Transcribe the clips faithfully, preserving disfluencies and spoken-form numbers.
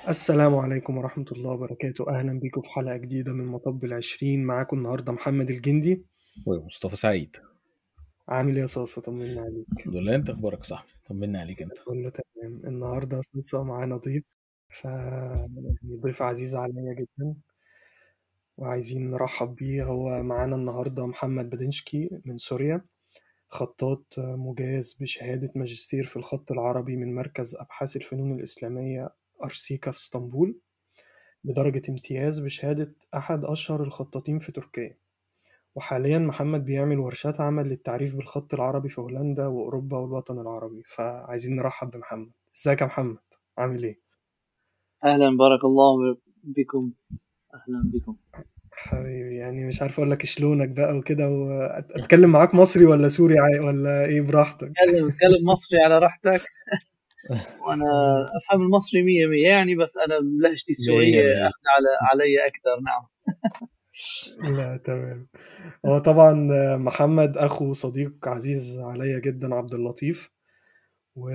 السلام عليكم ورحمة الله وبركاته. أهلا بيكم في حلقة جديدة من مطب العشرين. معاكم النهاردة محمد الجندي. ومصطفى سعيد. عامل إيه يا صاصة؟ طمنا عليك. الحمد لله، انت اخبارك يا صاحبي؟ طمنا عليك انت. كله تمام. النهاردة صوصة معانا ضيف، ف يعني ضيف عزيز عليا جدا وعايزين نرحب بيه. هو معانا النهاردة محمد بدنشكي من سوريا، خطاط مجاز بشهادة ماجستير في الخط العربي من مركز أبحاث الفنون الإسلامية أرسيكا في اسطنبول، بدرجة امتياز بشهادة أحد أشهر الخطاطين في تركيا. وحاليا محمد بيعمل ورشات عمل للتعريف بالخط العربي في هولندا وأوروبا والوطن العربي. فعايزين نرحب بمحمد. ازيك يا محمد؟ عامل ايه؟ أهلا، بارك الله بكم. أهلا بكم. حبيبي، يعني مش عارف اقول لك شلونك بقى وكده، واتكلم معاك مصري ولا سوري عاي- ولا ايه؟ براحتك. تكلم تكلم مصري على راحتك. وأنا حبيبي. أفهم المصري مية مية يعني، بس أنا بلهجتي السورية مية مية. أخذ على علي أكثر. نعم. لا تمام. هو طبعا محمد اخو صديق عزيز عليا جدا، عبد اللطيف، و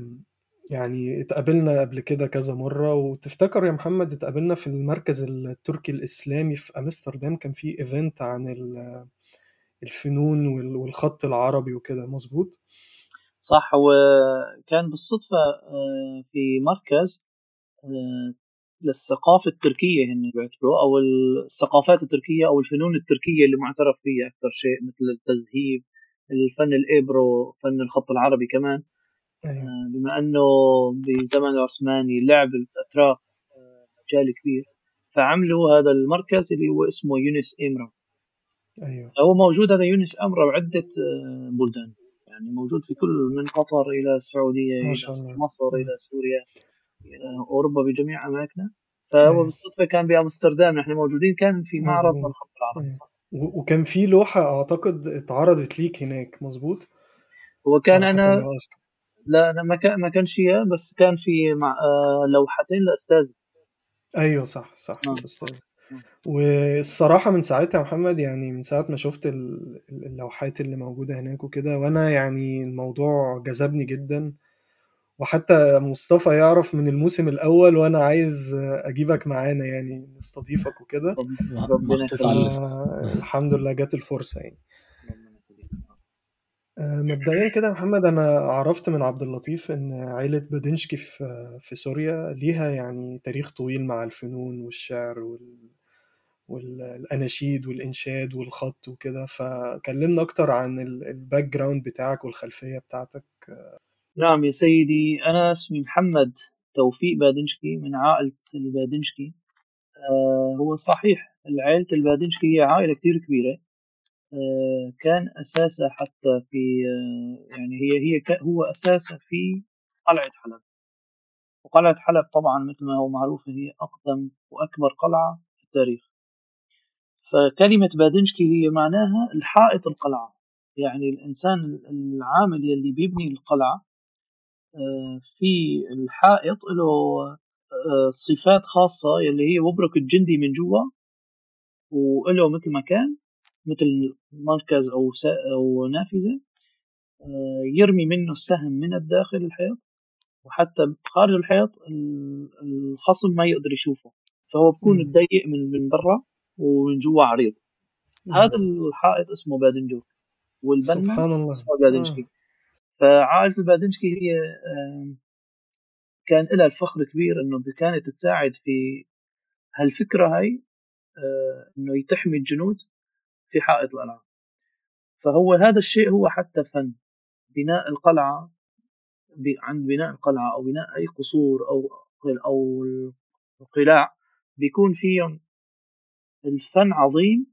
يعني اتقابلنا قبل كده كذا مرة. وتفتكر يا محمد اتقابلنا في المركز التركي الإسلامي في أمستردام، كان في إيفنت عن ال- الفنون وال- والخط العربي وكده، مظبوط؟ صح، وكان بالصدفة آه، في مركز آه، للثقافة التركية، هن بيعتبروه، أو الثقافات التركية أو الفنون التركية اللي معترف فيها أكثر شيء، مثل التزهيب، الفن الإبرو، فن الخط العربي كمان. أيوه. آه، بما أنه بزمن العثماني لعب الأتراك آه، مجال كبير، فعملوا هذا المركز اللي هو اسمه يونس إمرا. أيوه. هو موجود هذا يونس إمرا بعدة آه، بلدان، يعني موجود في كل، من قطر إلى السعودية ما إلى شاء الله. مصر مم. إلى سوريا إلى أوروبا بجميع أماكنها. فهو أيوه. بالصدفة كان بأمستردام، نحن موجودين، كان في معرض مظبوط. للخط العربي. أيوه. صح. و- وكان في لوحة أعتقد اتعرضت ليك هناك، مظبوط؟ هو كان على حسب أنا، ما أذكر. لا أنا ما كان ما كانش إياه، بس كان في مع آه، لوحتين لأستاذي. أيوه صح صح، نعم صح. الأستاذ. نعم. والصراحة من ساعتها يا محمد، يعني من ساعة ما شفت ال- اللوحات اللي موجودة هناك وكده، وأنا يعني الموضوع جذبني جدا. وحتى مصطفى يعرف من الموسم الأول، وأنا عايز أجيبك معانا يعني نستضيفك وكده. رب- م- ربنا محطوط على يخليك. الليست. فالحمد لله جت الفرصة يعني. ربنا يخليك. آه، مبدئيا كده يا محمد، أنا عرفت من عبد اللطيف إن عائلة بادنشكي في في سوريا ليها يعني تاريخ طويل مع الفنون والشعر وال والأناشيد والإنشاد والخط وكده. فكلمنا أكتر عن ال- الباك جراوند بتاعك والخلفية بتاعتك. نعم يا سيدي، أنا اسمي محمد توفيق بادنشكي من عائلة البادنشكي. آه هو صحيح، عائلة البادنشكي هي عائلة كتير كبيرة. آه كان أساسها حتى في آه يعني هي هي ك- هو أساسها في قلعة حلب. وقلعة حلب طبعا مثل ما هو معروف هي أقدم وأكبر قلعة في التاريخ. فكلمة بادنشكي هي معناها الحائط القلعة، يعني الإنسان العامل يلي بيبني القلعة. آه، في الحائط له آه، صفات خاصة، يلي هي ببرك الجندي من جوا، وله مثل مكان، مثل مركز أو س- أو نافذة آه، يرمي منه السهم من الداخل الحيط، وحتى خارج الحيط ال- الخصم ما يقدر يشوفه، فهو بكون مم. ضيق من من برا ومن جوا عريض. هذا مم. الحائط اسمه بادنجوك، والبنا سبحان الله. اسمه آه. بادنشكي. فعائلة البادنشكي هي آه، كان لها الفخر كبير انه كانت تساعد في هالفكره هاي، آه، انه تحمي الجنود في حائط القلعه. فهو هذا الشيء هو حتى فن بناء القلعه. ب- عند بناء القلعه او بناء اي قصور او او القلاع، بيكون فيهم الفن عظيم،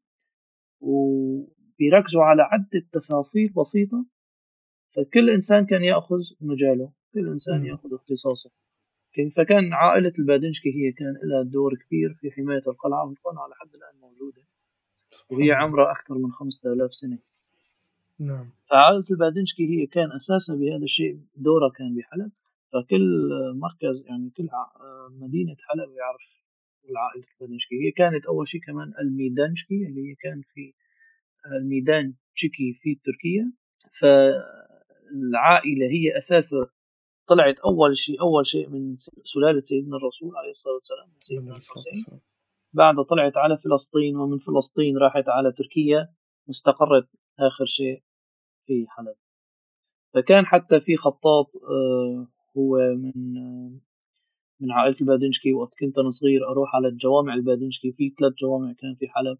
وبيركزوا على عدة تفاصيل بسيطة. فكل إنسان كان يأخذ مجاله، كل إنسان مم. يأخذ اختصاصه. فكان عائلة البادنشكي هي كان لها دور كبير في حماية القلعة، والقلعة لحد الآن موجودة، وهي سبحان الله. عمرها أكثر من خمسة آلاف سنة. نعم. فعائلة البادنشكي هي كان أساسا بهذا الشيء دورها كان بحلب. فكل مركز، يعني كل ع- مدينة حلب يعرف العائلة البادنشكي. هي كانت أول شيء كمان الميدانشكي، اللي هي كان في الميدان تشيكي في تركيا. فالعائلة هي أساسا طلعت أول شيء أول شيء من سلالة سيدنا الرسول عليه الصلاة والسلام من سيدنا الحسين. بعد طلعت على فلسطين، ومن فلسطين راحت على تركيا واستقرت آخر شيء في حلب. فكان حتى في خطاط هو من من عائلة البادنشكي. وقت كنت أنا صغير أروح على الجوامع البادنشكي، في ثلاث جوامع كان في حلب،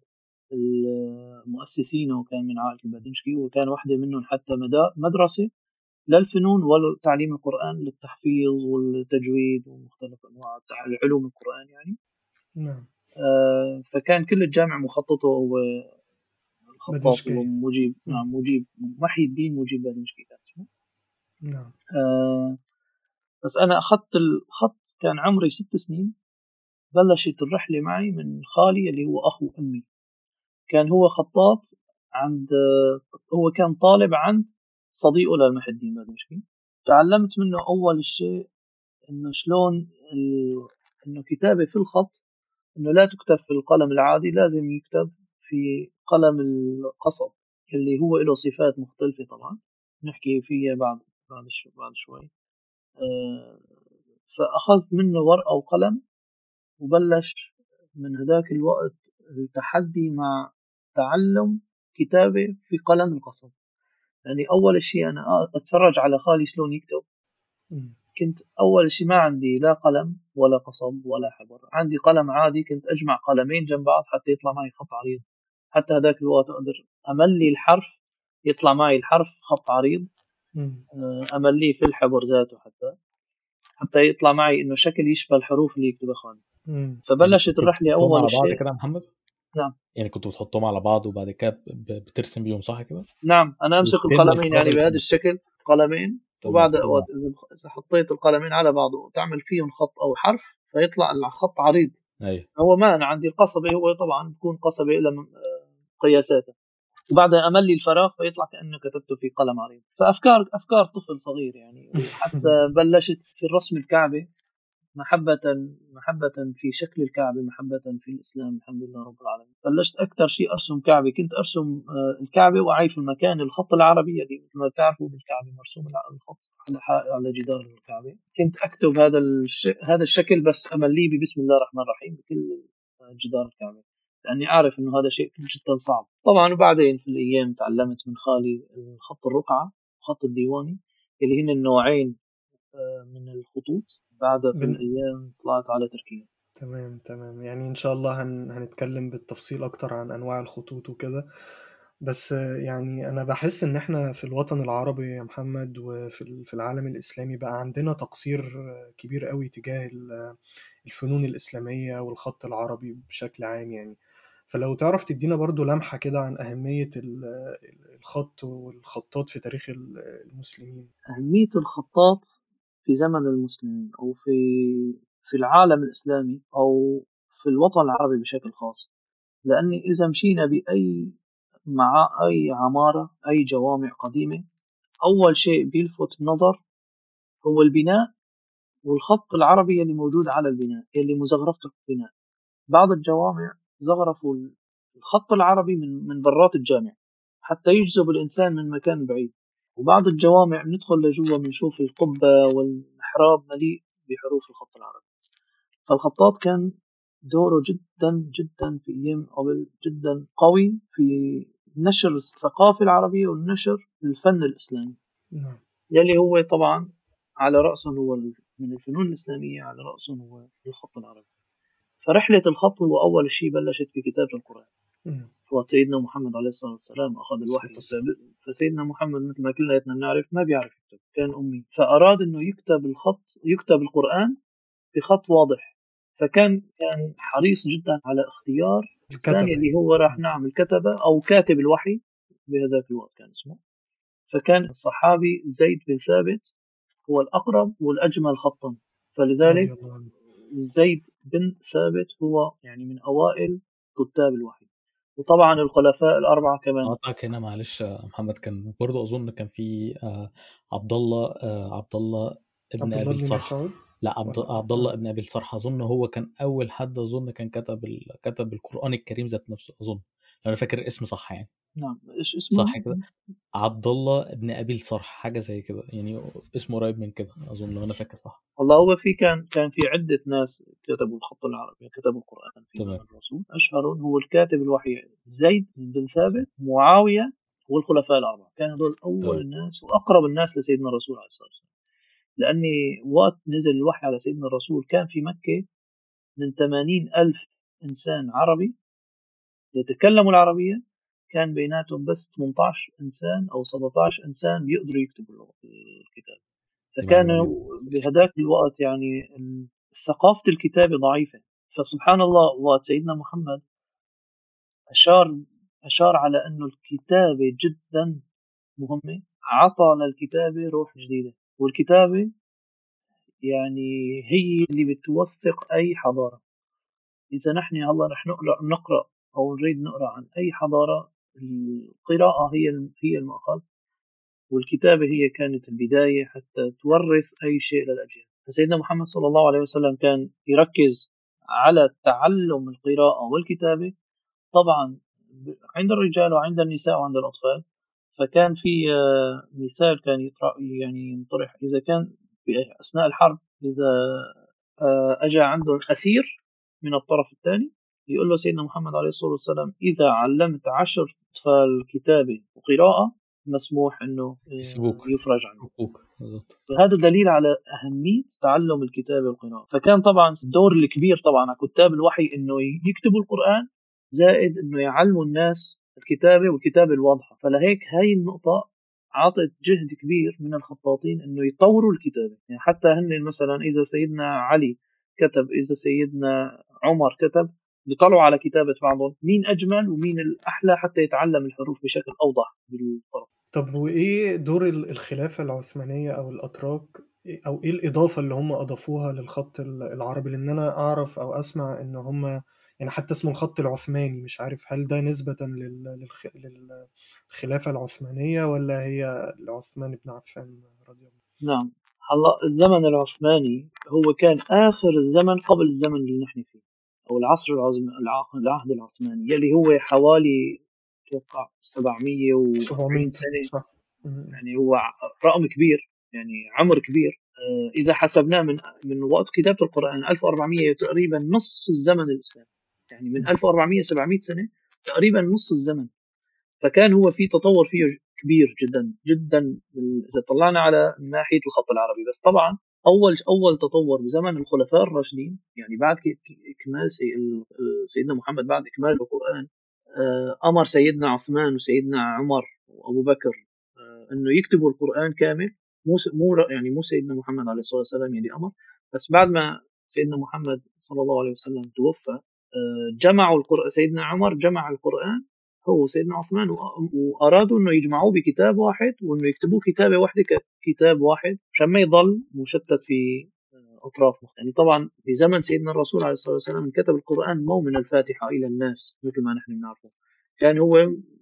المؤسسين وكان من عائلة البادنشكي، وكان واحدة منهم حتى مدرسة للفنون والتعليم القرآن للتحفيظ والتجويد ومختلف أنواع العلوم القرآن يعني. نعم. آه فكان كل الجامع مخططه هو الخطاط هو مجيب نعم مجيب محي الدين مجيب بادنشكي كان اسمه. نعم. آه بس أنا أخذت الخط كان عمري ست سنين. بلشت الرحلة معي من خالي اللي هو أخو أمي، كان هو خطاط عند هو كان طالب عند صديقه لمحي الدين بادنشكي. تعلمت منه أول شيء إنه شلون إنه كتابة في الخط إنه لا تكتب في القلم العادي، لازم يكتب في قلم القصب اللي هو له صفات مختلفة طبعا نحكي فيها بعد بعد شوي بعد شوي. أه فأخذ منه ورقة وقلم وبلش من هذاك الوقت التحدي مع تعلم كتابة في قلم القصب. يعني أول شيء أنا أتفرج على خالي شلون يكتب. كنت أول شيء ما عندي لا قلم ولا قصب ولا حبر، عندي قلم عادي، كنت أجمع قلمين جنب بعض حتى يطلع معي خط عريض. حتى هذاك الوقت أقدر أملي الحرف يطلع معي الحرف خط عريض، أمليه في الحبر ذاته حتى حتى يطلع معي إنه شكل يشبه الحروف اللي يكتبها خالي. فبلشت يعني الرحلة أول على بعض شيء كده يا محمد. نعم. يعني كنت بتحطهم على بعض وبعد كده بترسم بيهم صح كده؟ نعم. أنا أمسك القلمين يعني بهذا الشكل قلمين، وبعد وقت إذا حطيت القلمين على بعض وتعمل فيهم خط أو حرف فيطلع الخط عريض. أيه. هو ما أنا عندي القصبة، هو طبعا بكون قصبة إلى قياساته، وبعدها أملي الفراغ فيطلع كأنه كتبته في قلم عريض. فأفكار أفكار طفل صغير يعني. وحتى بلشت في الرسم الكعبة محبة محبة في شكل الكعبة، محبة في الإسلام الحمد لله رب العالمين. بلشت أكثر شيء أرسم كعبة. كنت أرسم الكعبة وأعي في المكان الخط العربي اللي مثل ما بتعرفوا بالكعبة مرسوم الخط على على جدار الكعبة. كنت أكتب هذا الش... هذا الشكل بس أمليه بسم الله الرحمن الرحيم بكل جدار الكعبة، لأني أعرف إنه هذا شيء جدا صعب طبعا. وبعدين في الأيام تعلمت من خالي الخط الرقعة وخط الديواني اللي هن النوعين من الخطوط. بعدها في بن... الأيام طلعت على تركيا. تمام تمام. يعني إن شاء الله هن... هنتكلم بالتفصيل أكتر عن أنواع الخطوط وكده. بس يعني أنا بحس إن إحنا في الوطن العربي يا محمد وفي في العالم الإسلامي بقى عندنا تقصير كبير قوي تجاه الفنون الإسلامية والخط العربي بشكل عام يعني. فلو تعرف تدينا برضو لمحة كده عن أهمية الخط والخطاط في تاريخ المسلمين. أهمية الخطاط في زمن المسلمين أو في في العالم الإسلامي أو في الوطن العربي بشكل خاص، لأني إذا مشينا بأي مع أي عمارة أي جوامع قديمة أول شيء بيلفت النظر هو البناء والخط العربي اللي موجود على البناء اللي مزخرفته البناء. بعض الجوامع زخرفوا الخط العربي من من برات الجامع حتى يجذب الإنسان من مكان بعيد، وبعض الجوامع ندخل لجوا بنشوف القبة والمحراب مليء بحروف الخط العربي. فالخطاط كان دوره جدا جدا في أيام قبل جدا قوي في نشر الثقافة العربية والنشر الفن الإسلامي. نعم. يلي هو طبعا على رأسه هو من الفنون الإسلامية على رأسه هو الخط العربي. فرحلة الخط هو أول شيء بلشت في كتابة القرآن. وقت سيدنا محمد عليه الصلاة والسلام أخذ الوحي، فسيدنا محمد مثل ما كلنا نعرف ما بيعرف يكتب، كان أمي، فأراد إنه يكتب الخط يكتب القرآن بخط واضح. فكان كان حريص جدا على اختيار إنسان اللي هو راح نعمل كتبة أو كاتب الوحي بهذاك الوقت كان اسمه. فكان الصحابي زيد بن ثابت هو الأقرب والأجمل خطا، فلذلك زيد بن ثابت هو يعني من أوائل كتاب الوحي. وطبعا الخلفاء الأربعة كمان. أقطعك هنا معلش محمد، كان برضو أظن كان في آه عبد الله آه عبد الله ابن أبي الصرح. لا عبد عبد الله ابن أبي الصرح أظن هو كان أول حد أظن كان كتب ال... كتب القرآن الكريم ذات نفسه أظن، انا فاكر اسم صح يعني. نعم، ايش اسمه؟ صح كده، عبد الله ابن ابي الصرح، حاجه زي كده يعني، اسمه قريب من كده اظن لو انا فاكر صح. والله هو في كان كان في عده ناس كتبوا الخط العربي، كتبوا القران في تمام. زمن الرسول. اشهرهم هو الكاتب الوحيد زيد بن ثابت، معاويه، والخلفاء الاربعه. كانوا هذول اول تمام. الناس واقرب الناس لسيدنا الرسول عليه الصلاه والسلام. لاني وقت نزل الوحي على سيدنا الرسول كان في مكه من ثمانين ألف إنسان عربي يتكلموا العربية، كان بيناتهم بس ثمانية عشر إنسان أو سبعة عشر إنسان بيقدروا يكتبوا الكتاب. دي معلومه فكانوا جديده. بهداك الوقت يعني ثقافة الكتابة ضعيفة. فسبحان الله وقت سيدنا محمد أشار أشار على أنه الكتابة جدا مهمة، عطى للكتابة روح جديدة. والكتابة يعني هي اللي بتوثق أي حضارة. إذا نحن هلا رح نقرأ نقرأ أو نريد نقرأ عن أي حضارة، القراءة هي هي المأخذ، والكتابة هي كانت البداية حتى تورث أي شيء للأجيال. فسيدنا محمد صلى الله عليه وسلم كان يركز على تعلم القراءة والكتابة، طبعا عند الرجال وعند النساء وعند الأطفال. فكان في آه، مثال كان يطرح يعني ينطرح، إذا كان في أثناء الحرب، إذا آه، أجا عنده أسير من الطرف الثاني، يقول له سيدنا محمد عليه الصلاة والسلام: إذا علمت عشر أطفال كتابة وقراءة مسموح أنه يسيبوك يفرج عنه. يسيبوك بالظبط. فهذا دليل على أهمية تعلم الكتابة والقراءة. فكان طبعا الدور الكبير طبعا على كتاب الوحي أنه يكتبوا القرآن، زائد أنه يعلموا الناس الكتابة والكتابة الواضحة. فلهيك هاي النقطة عطت جهد كبير من الخطاطين أنه يطوروا الكتابة. يعني حتى هن مثلا إذا سيدنا علي كتب، إذا سيدنا عمر كتب، بيطلعوا على كتابة بعضهم مين أجمل ومين الأحلى حتى يتعلم الحروف بشكل أوضح بالطرف. طب وإيه دور الخلافة العثمانية أو الأتراك، أو إيه الإضافة اللي هم أضافوها للخط العربي؟ لأن أنا أعرف أو أسمع إن هم يعني حتى اسمه الخط العثماني، مش عارف هل ده نسبة لل- للخ- للخلافة العثمانية ولا هي لعثمان بن عفان رضي الله نعم. هلا الزمن العثماني هو كان آخر الزمن قبل الزمن اللي نحن فيه، أو العصر العظم الع- العهد العثماني يلي هو حوالي أتوقع سبعمية وأربعين سبعمية سنة. صح؟ م- يعني هو ع- رقم كبير، يعني عمر كبير. آه، إذا حسبناه من من وقت كتابة القرآن ألف وأربعمية، تقريبا نص الزمن الإسلامي. يعني من م- ألف وأربعمية سبعمية سنة تقريبا نص الزمن. فكان هو في تطور فيه كبير جدا جدا اذا طلعنا على ناحيه الخط العربي. بس طبعا اول اول تطور بزمن الخلفاء الراشدين، يعني بعد اكمال سي سيدنا محمد، بعد اكمال القران، آه، امر سيدنا عثمان وسيدنا عمر وابو بكر آه، انه يكتبوا القران كامل. مو مو يعني مو سيدنا محمد عليه الصلاه والسلام يعني امر، بس بعد ما سيدنا محمد صلى الله عليه وسلم توفى، آه، جمعوا القرآن. سيدنا عمر جمع القرآن هو سيدنا عثمان، وأرادوا أنه يجمعوه بكتاب واحد، وأنه يكتبوه كتابة واحدة ككتاب واحد عشان ما يضل مشتت في أطراف مختلفة. يعني طبعا في زمن سيدنا الرسول عليه الصلاة والسلام كتب القرآن مو من الفاتحة إلى الناس مثل ما نحن بنعرفه، كان هو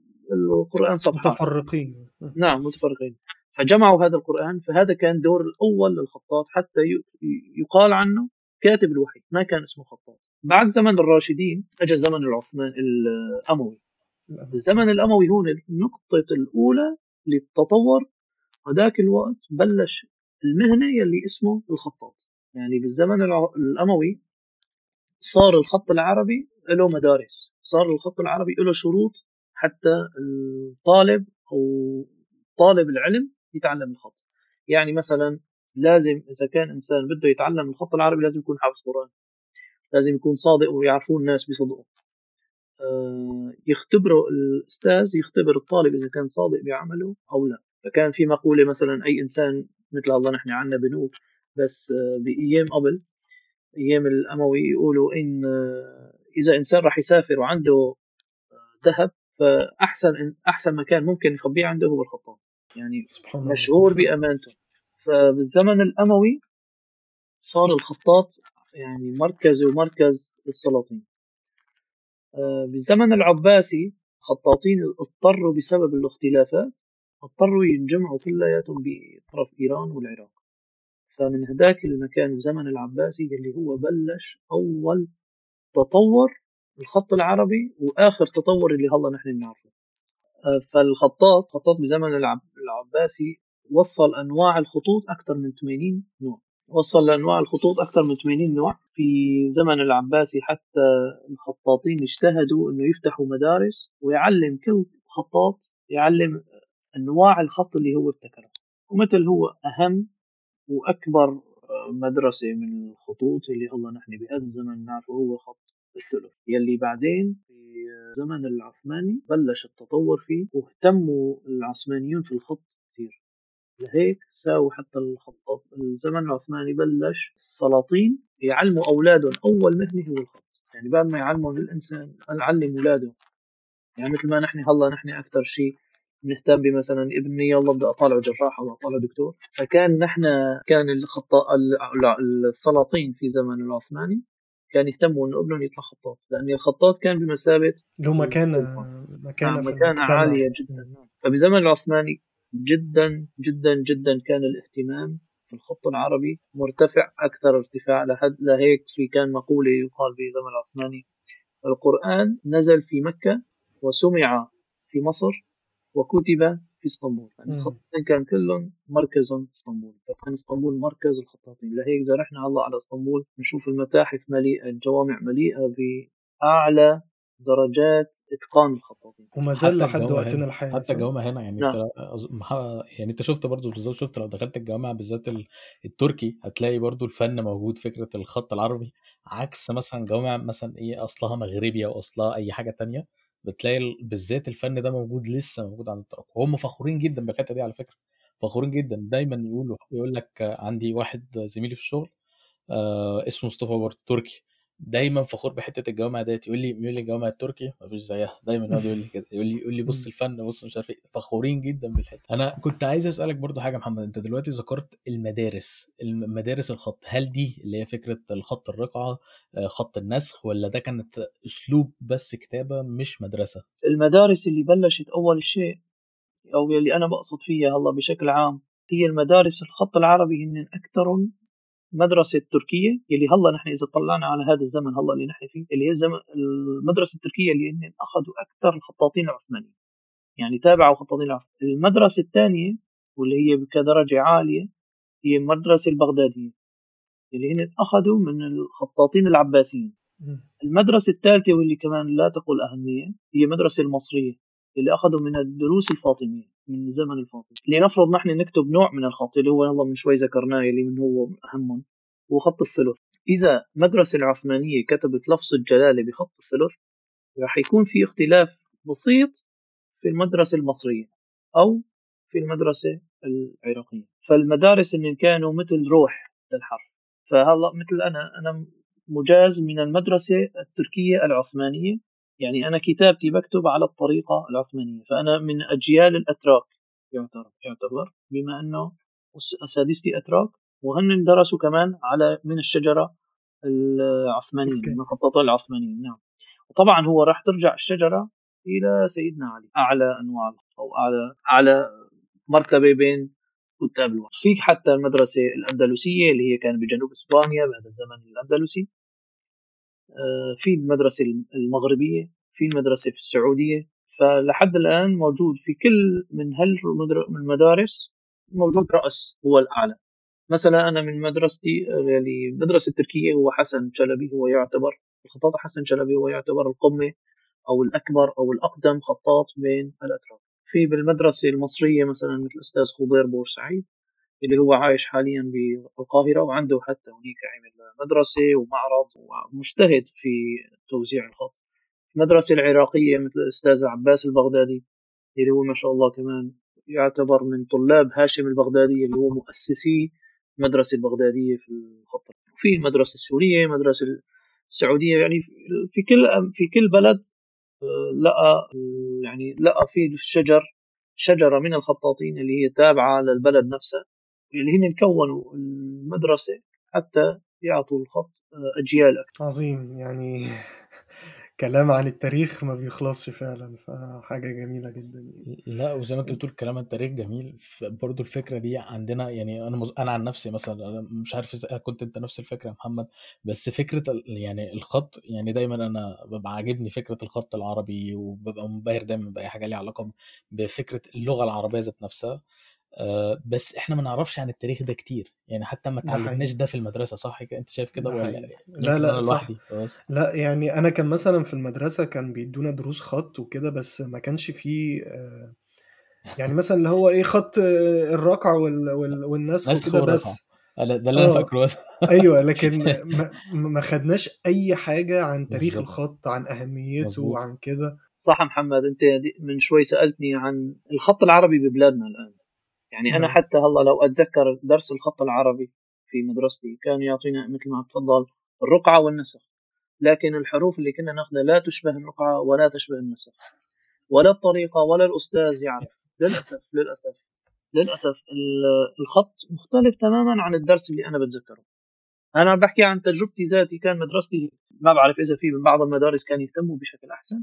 القرآن صفحات. متفرقين. م- نعم، متفرقين. فجمعوا هذا القرآن. فهذا كان الدور الأول للخطاط، حتى يقال عنه كاتب الوحي، ما كان اسمه خطاط. بعد زمن الراشدين اجى زمن العثمان الاموي. الزمن الاموي هون النقطه الاولى للتطور. هذاك الوقت بلش المهنه يلي اسمه الخطاط. يعني بالزمن الاموي صار الخط العربي له مدارس، صار الخط العربي له شروط حتى الطالب او طالب العلم يتعلم الخط. يعني مثلا لازم اذا كان انسان بده يتعلم الخط العربي لازم يكون حافظ قران، لازم يكون صادق ويعرفون الناس بصدقه. آه، يختبروا الأستاذ، يختبر الطالب إذا كان صادق بعمله أو لا. فكان في مقولة مثلا: أي إنسان مثل الله نحن عنا بنوك، بس آه، بأيام قبل أيام الأموي يقولوا إن آه، إذا إنسان راح يسافر وعنده ذهب، فأحسن أحسن مكان ممكن يخبيه عنده هو الخطاط، يعني سبحان الله. مشهور بأمانته. فبالزمن الأموي صار الخطاط يعني مركز ومركز السلاطين. آه، بالزمن العباسي خطاطين اضطروا بسبب الاختلافات، اضطروا ينجمعوا كلياتهم بطرف إيران والعراق. فمن هذاك المكان وزمن العباسي اللي هو بلش أول تطور الخط العربي وآخر تطور اللي هلا نحن بنعرفه. فالخطاط خطاط بزمن العباسي وصل أنواع الخطوط أكثر من ثمانين نوع، وصل لأنواع الخطوط أكثر من ثمانين نوع. في زمن العباسي حتى الخطاطين اجتهدوا أنه يفتحوا مدارس ويعلم كل خطاط يعلم أنواع الخط اللي هو ابتكره. ومثل هو أهم وأكبر مدرسة من الخطوط اللي هلا نحن بهذا الزمن نعرفه هو خط الثلث، يلي بعدين في زمن العثماني بلش التطور فيه واهتموا العثمانيون في الخط كثير، لهيك ساووا حتى الخطاط. الزمن العثماني بلش السلاطين يعلموا أولادهم أول مهنة هو الخط، يعني بعد ما يعلموا للإنسان علم أولاده. يعني مثل ما نحن هلا نحن أكثر شيء نهتم بمثلا ابني يلا بدي أطالع جراح أو أطالع دكتور، فكان نحن كان الخطاء السلاطين في زمن العثماني كان يهتموا إنه ابنهم يطلع خطاط، لأن الخطاط كان بمثابة له مكانة مكانة نعم في مكانة المجتمع عالية جدا. فبزمن العثماني جدا جدا جدا كان الاهتمام في الخط العربي مرتفع أكثر ارتفاع، لحد لهيك في كان مقولة يقال في زمن العثماني: القرآن نزل في مكة وسمع في مصر وكتب في اسطنبول. يعني الخطاطين كان كلهم مركزهم اسطنبول، فكان اسطنبول مركز الخطاطين. لهيك إذا رحنا هلا على اسطنبول نشوف المتاحف مليئة، الجوامع مليئة بأعلى درجات إتقان الخطاطين، وما زال لحد وقتنا الحالي. حتى الجوامع هنا يعني نعم. انت يعني انت شفت برضو بالظبط، شفت لو دخلت الجوامع بالذات التركي هتلاقي برضو الفن موجود، فكرة الخط العربي، عكس مثلا جوامع مثلا ايه اصلها مغربي او اصلها اي حاجة تانية، بتلاقي بالذات الفن ده موجود لسه موجود عند التراك، وهم فخورين جدا بالحته دي على فكره، فخورين جدا. دايما يقولوا يقول لك عندي واحد زميلي في الشغل آه اسمه مصطفى برضه تركي، دايما فخور بحته الجوامع ديت، يقول لي يقول لي الجوامع التركي مفيش زيها، دايما يقعد يقول لي كده، يقول لي يقول لي بص الفن بص مش عارف ايه، فخورين جدا بالحته. انا كنت عايز اسالك برضو حاجه محمد، انت دلوقتي ذكرت المدارس المدارس الخط، هل دي اللي هي فكره الخط الرقعه خط النسخ، ولا ده كانت اسلوب بس كتابه مش مدرسه؟ المدارس اللي بلشت اول شيء او اللي انا بقصد فيها هلا بشكل عام هي المدارس الخط العربي، هن اكثر مدرسة تركية اللي هلا نحن إذا طلعنا على هذا الزمن هلا اللي نحن فيه، اللي هي الزمن المدرسة التركية اللي هن أخذوا أكثر الخطاطين العثمانيين، يعني تابعوا خطاطين العثمانيين. المدرسة الثانية واللي هي كدرجة عالية هي المدرسة البغدادية اللي هن أخذوا من الخطاطين العباسيين. المدرسة الثالثة واللي كمان لا تقل أهمية هي المدرسة المصرية اللي أخذوا من الدروس الفاطمية من زمن الفاطمي. لنفرض نحن نكتب نوع من الخط اللي هو يلا من شوي ذكرناه اللي من هو أهمهم هو خط الثلث. إذا المدرسة العثمانية كتبت لفظ الجلالة بخط الثلث راح يكون في اختلاف بسيط في المدرسة المصرية أو في المدرسة العراقية. فالمدارس إن كانوا مثل روح للحرف. فهلا مثل أنا أنا مجاز من المدرسة التركية العثمانية، يعني أنا كتابتي بكتب على الطريقة العثمانية، فأنا من أجيال الأتراك يعتبر يعتبر بما أنه أسادستي أتراك وهن درسوا كمان على من الشجرة العثمانية من الخطاطين العثمانيين. نعم. وطبعا هو راح ترجع الشجرة إلى سيدنا علي، أعلى أنواع أو أعلى أعلى مرتبة بين كتاب الوحي. فيك حتى المدرسة الأندلسية اللي هي كان بجنوب إسبانيا بعد الزمن الأندلسي، في المدرسة المغربية، في المدرسة في السعودية. فلحد الآن موجود في كل من هالمدارس موجود رأس هو الأعلى. مثلا أنا من مدرستي اللي المدرسة التركية هو حسن شلبي، هو يعتبر الخطاط حسن شلبي هو يعتبر القمة أو الأكبر أو الأقدم خطاط بين الأتراك. في بالمدرسة المصرية مثلا مثل أستاذ خضير بورسعيد اللي هو عايش حاليا بالقاهرة وعنده حتى هناك عمل مدرسة ومعرض ومجتهد في توزيع الخط. المدرسة العراقية مثل الأستاذ عباس البغدادي اللي هو ما شاء الله كمان يعتبر من طلاب هاشم البغدادي اللي هو مؤسسي المدرسة البغدادية في الخط. في المدرسة السورية مدرسة السعودية، يعني في كل في كل بلد لقى يعني لقى في شجر شجرة من الخطاطين اللي هي تابعة للبلد نفسه اللي هن كونوا المدرسة حتى يعطوا الخط أجيال أكثر. عظيم. يعني كلام عن التاريخ ما بيخلصش فعلا، فحاجة جميلة جدا يعني. لا، وزي ما انت بتقول كلام التاريخ جميل، ف- برضو الفكره دي عندنا. يعني انا مز... انا عن نفسي مثلا، انا مش عارف اذا كنت انت نفس الفكره يا محمد، بس فكره ال... يعني الخط، يعني دايما انا ببقى عاجبني فكره الخط العربي، وببقى منبهر دايما باي حاجه ليها علاقه بفكره اللغه العربيه ذات نفسها. آه، بس احنا ما نعرفش عن التاريخ ده كتير، يعني حتى ما ده اتعلمناش حقيقي، ده في المدرسه، صح كده؟ انت شايف كده ده ولا؟ حقيقي. لا يمكن انا لا صح. لوحدي بس. لا يعني انا كان مثلا في المدرسة كان بيدونا دروس خط وكده، بس ما كانش فيه آه، يعني مثلا اللي هو ايه خط آه، الرقع وال- وال- والنسخ نسخ وكده ورقعه، بس. ده اللي انا اه فاكره بس. ايوه، لكن ما, ما خدناش اي حاجة عن تاريخ بالظبط، الخط، عن اهميته مظبوط. وعن كده. صح محمد، انت دي- من شوي سألتني عن الخط العربي ببلادنا الآن. يعني أنا نعم. حتى هلا لو أتذكر درس الخط العربي في مدرستي كان يعطينا مثل ما تفضل الرقعة والنسخ، لكن الحروف اللي كنا ناخذها لا تشبه الرقعة ولا تشبه النسخ، ولا الطريقة ولا الأستاذ يعرف. للأسف للأسف للأسف ال- الخط مختلف تماما عن الدرس اللي أنا بتذكره. أنا عم بحكي عن تجربتي ذاتي، كان مدرستي ما بعرف إذا في من بعض المدارس كان يهتموا بشكل أحسن،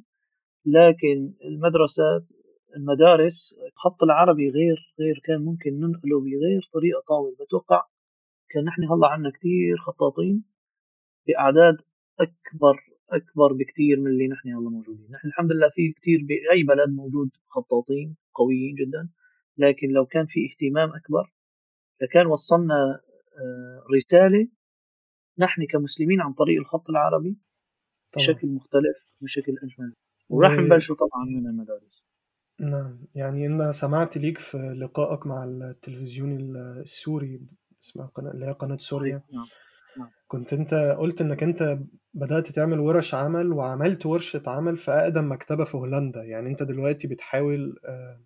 لكن المدرسات المدارس الخط العربي غير غير كان ممكن ننقله بغير طريقة طاولة. بتوقع كان نحن هلا عنا كتير خطاطين بأعداد أكبر أكبر بكتير من اللي نحن هلا موجودين. نحن الحمد لله في كتير بأي بلد موجود خطاطين قويين جدا، لكن لو كان في اهتمام أكبر لكان وصلنا آه، رسالة نحن كمسلمين عن طريق الخط العربي طبعا. بشكل مختلف بشكل أجمل. وراح و نبلشوا طبعا من المدارس. نعم، يعني أنا سمعت ليك في لقائك مع التلفزيون ال- السوري، اسمها قناة اللي هي قناة صحيح، سوريا. نعم نعم. كنت أنت قلت إنك أنت بدأت تعمل ورش عمل، وعملت ورشة عمل في أقدم مكتبة في هولندا. يعني أنت دلوقتي بتحاول آه،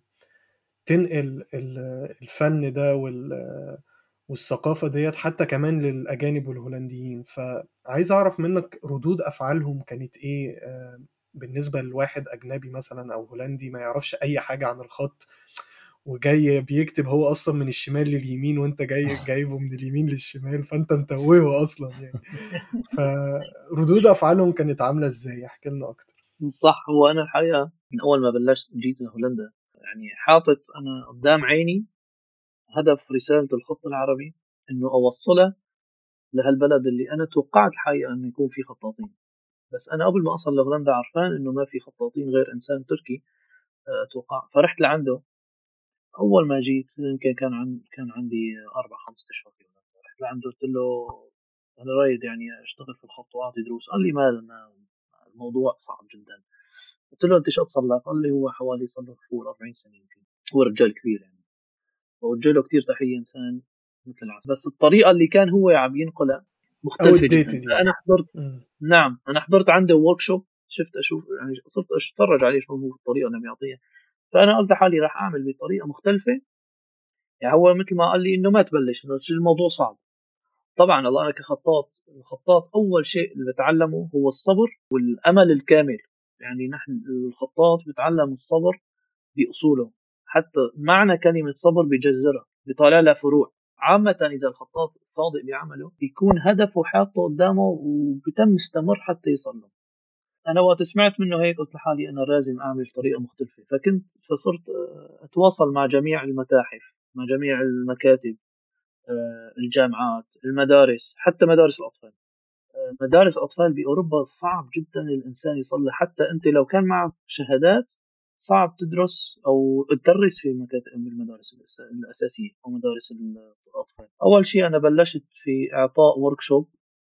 تنقل ال- الفن ده وال- والثقافة ديت حتى كمان للأجانب والهولنديين. فعايز أعرف منك ردود أفعالهم كانت إيه آه، بالنسبة لواحد أجنبي مثلا أو هولندي ما يعرفش أي حاجة عن الخط، وجاي بيكتب هو اصلا من الشمال لليمين، وانت جاي جايبه من اليمين للشمال، فانت متوهه اصلا يعني. فردود افعالهم كانت عامله ازاي؟ احكي لنا اكتر. صح. هو أنا الحقيقة من أول ما بلشت جيت لهولندا يعني حاطط أنا قدام عيني هدف رسالة الخط العربي إنه أوصلها لهالبلد اللي أنا توقعت الحقيقة إنه يكون في خطاطين. بس أنا قبل ما أصل لهولندا عرفان إنه ما في خطاطين غير إنسان تركي. آه، أتوقع فرحت لعنده. أول ما جيت يمكن كان عن كان عندي أربع خمسة أشهر في هولندا. رحت لعنده قلت له أنا رايد يعني أشتغل في الخط وأعطي دروس. قال لي ما ما- الموضوع صعب جدا. قلت له أنت شو صار لك؟ قال لي هو حوالي صار له فوق أربعين سنة يمكن. هو رجال كبير يعني، بوجه له كتير تحية، إنسان مثل العسل. بس الطريقة اللي كان هو عم ينقلها او مختلفة جدا. الديتد يعني. فأنا حضرت، مم. نعم أنا حضرت عنده ورك شوب، شفت أشوف يعني صرت أتفرج عليه شو هو الطريقة اللي عم يعطيها. فأنا قلت لحالي راح أعمل بطريقة مختلفة. يعني هو مثل ما قال لي إنه ما تبلش، إنه الموضوع صعب. طبعا الله، أنا كخطاط الخطاط أول شيء اللي بتعلمه هو الصبر والأمل الكامل. يعني نحن الخطاط بتعلم الصبر بأصوله. حتى معنى كلمة صبر بجذرها بيطالع لها فروع. عامة إذا الخطاط صادق بعمله بيكون هدفه حاطه قدامه وبتم مستمر حتى يصل له. أنا وقت سمعت منه هيك قلت لحالي أنا لازم أعمل طريقة مختلفة. فكنت فصرت آه، أتواصل مع جميع المتاحف، مع جميع المكاتب، آه، الجامعات، المدارس، حتى مدارس الأطفال. مدارس الأطفال بأوروبا صعب جدا الإنسان يصل لها. حتى أنت لو كان معك شهادات صعب تدرس أو تدرس في مكاتب المدارس الأس- الأساسية أو مدارس الأطفال. أول شيء أنا بلشت في إعطاء وركشوب.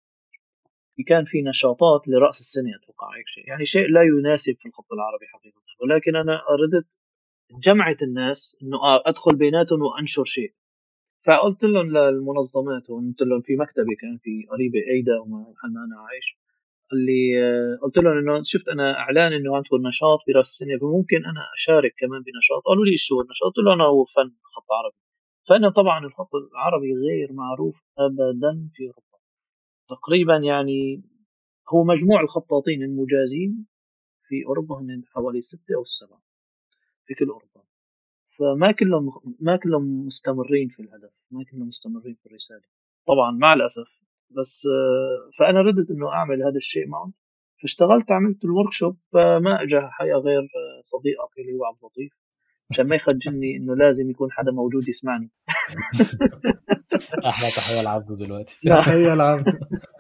كان في نشاطات لرأس السنة أتوقع هيك شيء، يعني شيء لا يناسب في الخط العربي حقيقة، ولكن أنا أردت جمعت الناس إنه آه أدخل بيناتهم وأنشر شيء. فقلت لهم للمنظمات، وقلت لهم في مكتبة كان في قريبة أيدا ومحل ما أنا عايش. قال لي آه، قلت لهم انه شفت انا اعلان انه عندكم نشاط براس السنه فممكن انا اشارك كمان بنشاط. قالوا لي ايش هو النشاط؟ قلت له انا هو فن خط عربي. فانا طبعا الخط العربي غير معروف ابدا في اوروبا تقريبا. يعني هو مجموع الخطاطين المجازين في اوروبا هن حوالي ستة او سبعة في كل اوروبا. فما كلهم ما كلهم مستمرين في الهدف، ما كلهم مستمرين في الرساله طبعا مع الاسف. بس آه، فانا ردت انه اعمل هذا الشيء معهم. فاشتغلت عملت الوركشوب، فما اجى حقيقة غير صديقك اللي هو عبد اللطيف عشان ما يخجلني انه لازم يكون حدا موجود يسمعني. احلى تحيه لعبده دلوقتي. لا تحية لعبده.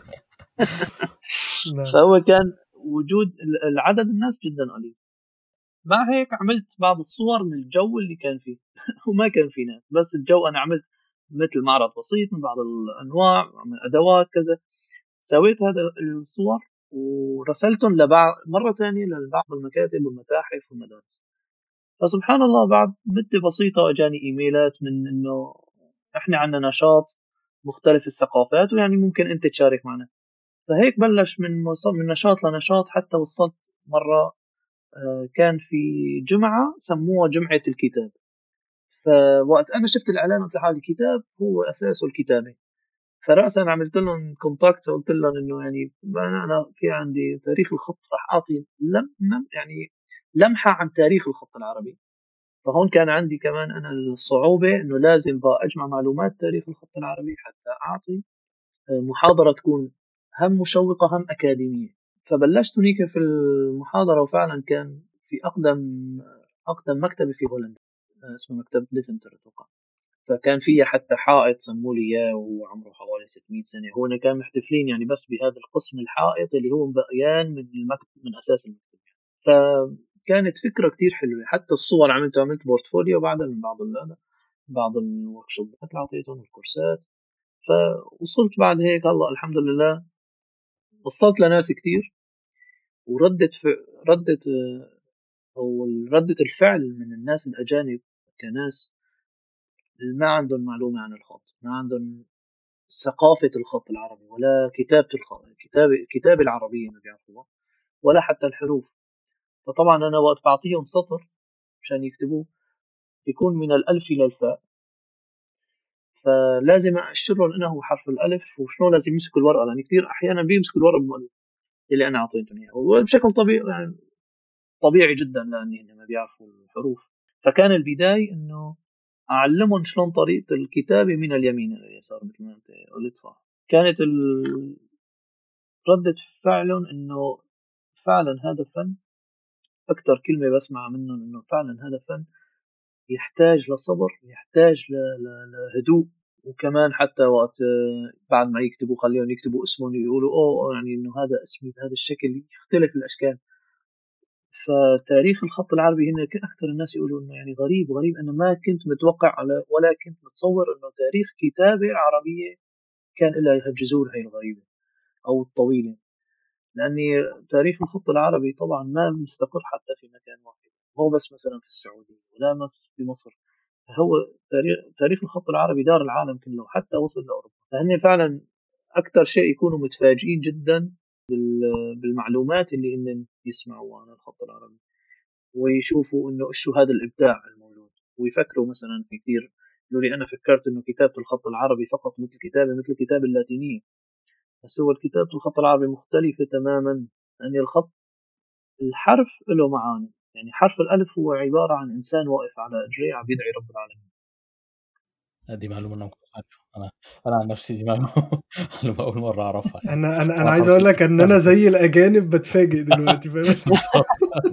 نعم. فهو كان وجود ال- العدد الناس جدا قليل. مع هيك عملت بعض الصور من الجو اللي كان فيه وما كان في ناس، بس الجو أنا عملت مثل معرض بسيط من بعض الأنواع من أدوات كذا. سويت هذا الصور ورسلتهم لبعض مرة ثانية لبعض المكاتب والمتاحف والمدارس. فسبحان الله بعد مدة بسيطة أجاني إيميلات من إنه إحنا عندنا نشاط مختلف الثقافات ويعني ممكن أنت تشارك معنا. فهيك بلش من مص- من نشاط لنشاط حتى وصلت مرة آه، كان في جمعة سموها جمعة الكتاب. فوقت أنا شفت الإعلان قلت لحالي الكتاب هو أساسه الكتابة. فرأسا عملت لهم كونتاكت وقلت لهم إنه يعني أنا أنا في عندي تاريخ الخط راح أعطي لم لم- يعني لمحة عن تاريخ الخط العربي. فهون كان عندي كمان أنا الصعوبة إنه لازم بقى أجمع معلومات تاريخ الخط العربي حتى أعطي آه، محاضرة تكون هم مشوقة هم أكاديمية. فبلشت هنيك في المحاضرة وفعلا كان في أقدم أقدم مكتبة في هولندا آه، اسمه مكتبة ديفنتر أتوقع. فكان فيها حتى حائط سموا لي إياه وهو عمره حوالي ستمئة سنة. هون كانوا محتفلين يعني بس بهذا القسم الحائط اللي هو بقيان من المكتب من أساس المكتب. فكانت فكرة كتير حلوة. حتى الصور عملت عملت بورتفوليو بعدها من بعض ال- بعض الوركشوبات اللي أعطيتهم الكورسات. فوصلت بعد هيك هلا الحمد لله وصلت لناس كتير. وردة ف... ردة آه، أو ردة الفعل من الناس الأجانب كناس ما عندهم معلومة عن الخط، ما عندهم ثقافة الخط العربي ولا كتابة الخط كتابة كتابة العربية ما بيعرفوها ولا حتى الحروف. فطبعا أنا وقت بعطيهم سطر مشان يكتبوه بيكون من الألف إلى الفاء. فلازم أشر لهم إنه هو حرف الألف وشلون لازم يمسكوا الورقة، لأن كثير أحيانا بيمسكوا الورقة بمؤلف اللي أنا أعطيتهم إياه وبشكل طبيعي يعني طبيعي جدا لأني هن ما بيعرفوا الحروف. فكان البداية إنه أعلمهم شلون طريقة الكتابة من اليمين إلى اليسار مثل ما أنت قلت. صح. كانت ال- ردة فعلهم إنه فعلا هذا فن. أكثر كلمة بسمع منهم إنه فعلا هذا فن يحتاج لصبر، يحتاج ل- ل- لهدوء. وكمان حتى وقت آه، بعد ما يكتبوا خليهم يكتبوا اسمهم يقولوا أوه يعني إنه هذا اسمي بهذا الشكل يختلف الأشكال. فتاريخ الخط العربي هنا أكثر الناس يقولوا إنه يعني غريب غريب. أنا ما كنت متوقع على ولا كنت متصور إنه تاريخ كتابة عربية كان لها هالجذور هاي الغريبة أو الطويلة. لأني تاريخ الخط العربي طبعا ما مستقر حتى في مكان واحد، مو بس مثلا في السعودية ولا بس في مصر. هو تاريخ تاريخ الخط العربي دار العالم كله حتى وصل لأوروبا. فهن فعلا أكثر شيء يكونوا متفاجئين جدا بالمعلومات اللي هن يسمعوها عن الخط العربي ويشوفوا انه شو هذا الابداع الموجود. ويفكروا مثلا في كثير يقولوا لي انا فكرت انه كتابه الخط العربي فقط مثل كتابه مثل الكتابه اللاتينيه. بس هو كتابه الخط العربي مختلفه تماما. لان الخط الحرف له معاني. يعني حرف الالف هو عباره عن انسان واقف على اجريه عم يدعي رب العالمين. دي معلومه انا ما كنتش عارفها. انا انا عن نفسي دي معلومه معلومة اول مره اعرفها يعني. انا انا انا انا عايز حرف اقول لك ان انا الكتاب زي الاجانب بتفاجئ دلوقتي فاهم. بالظبط.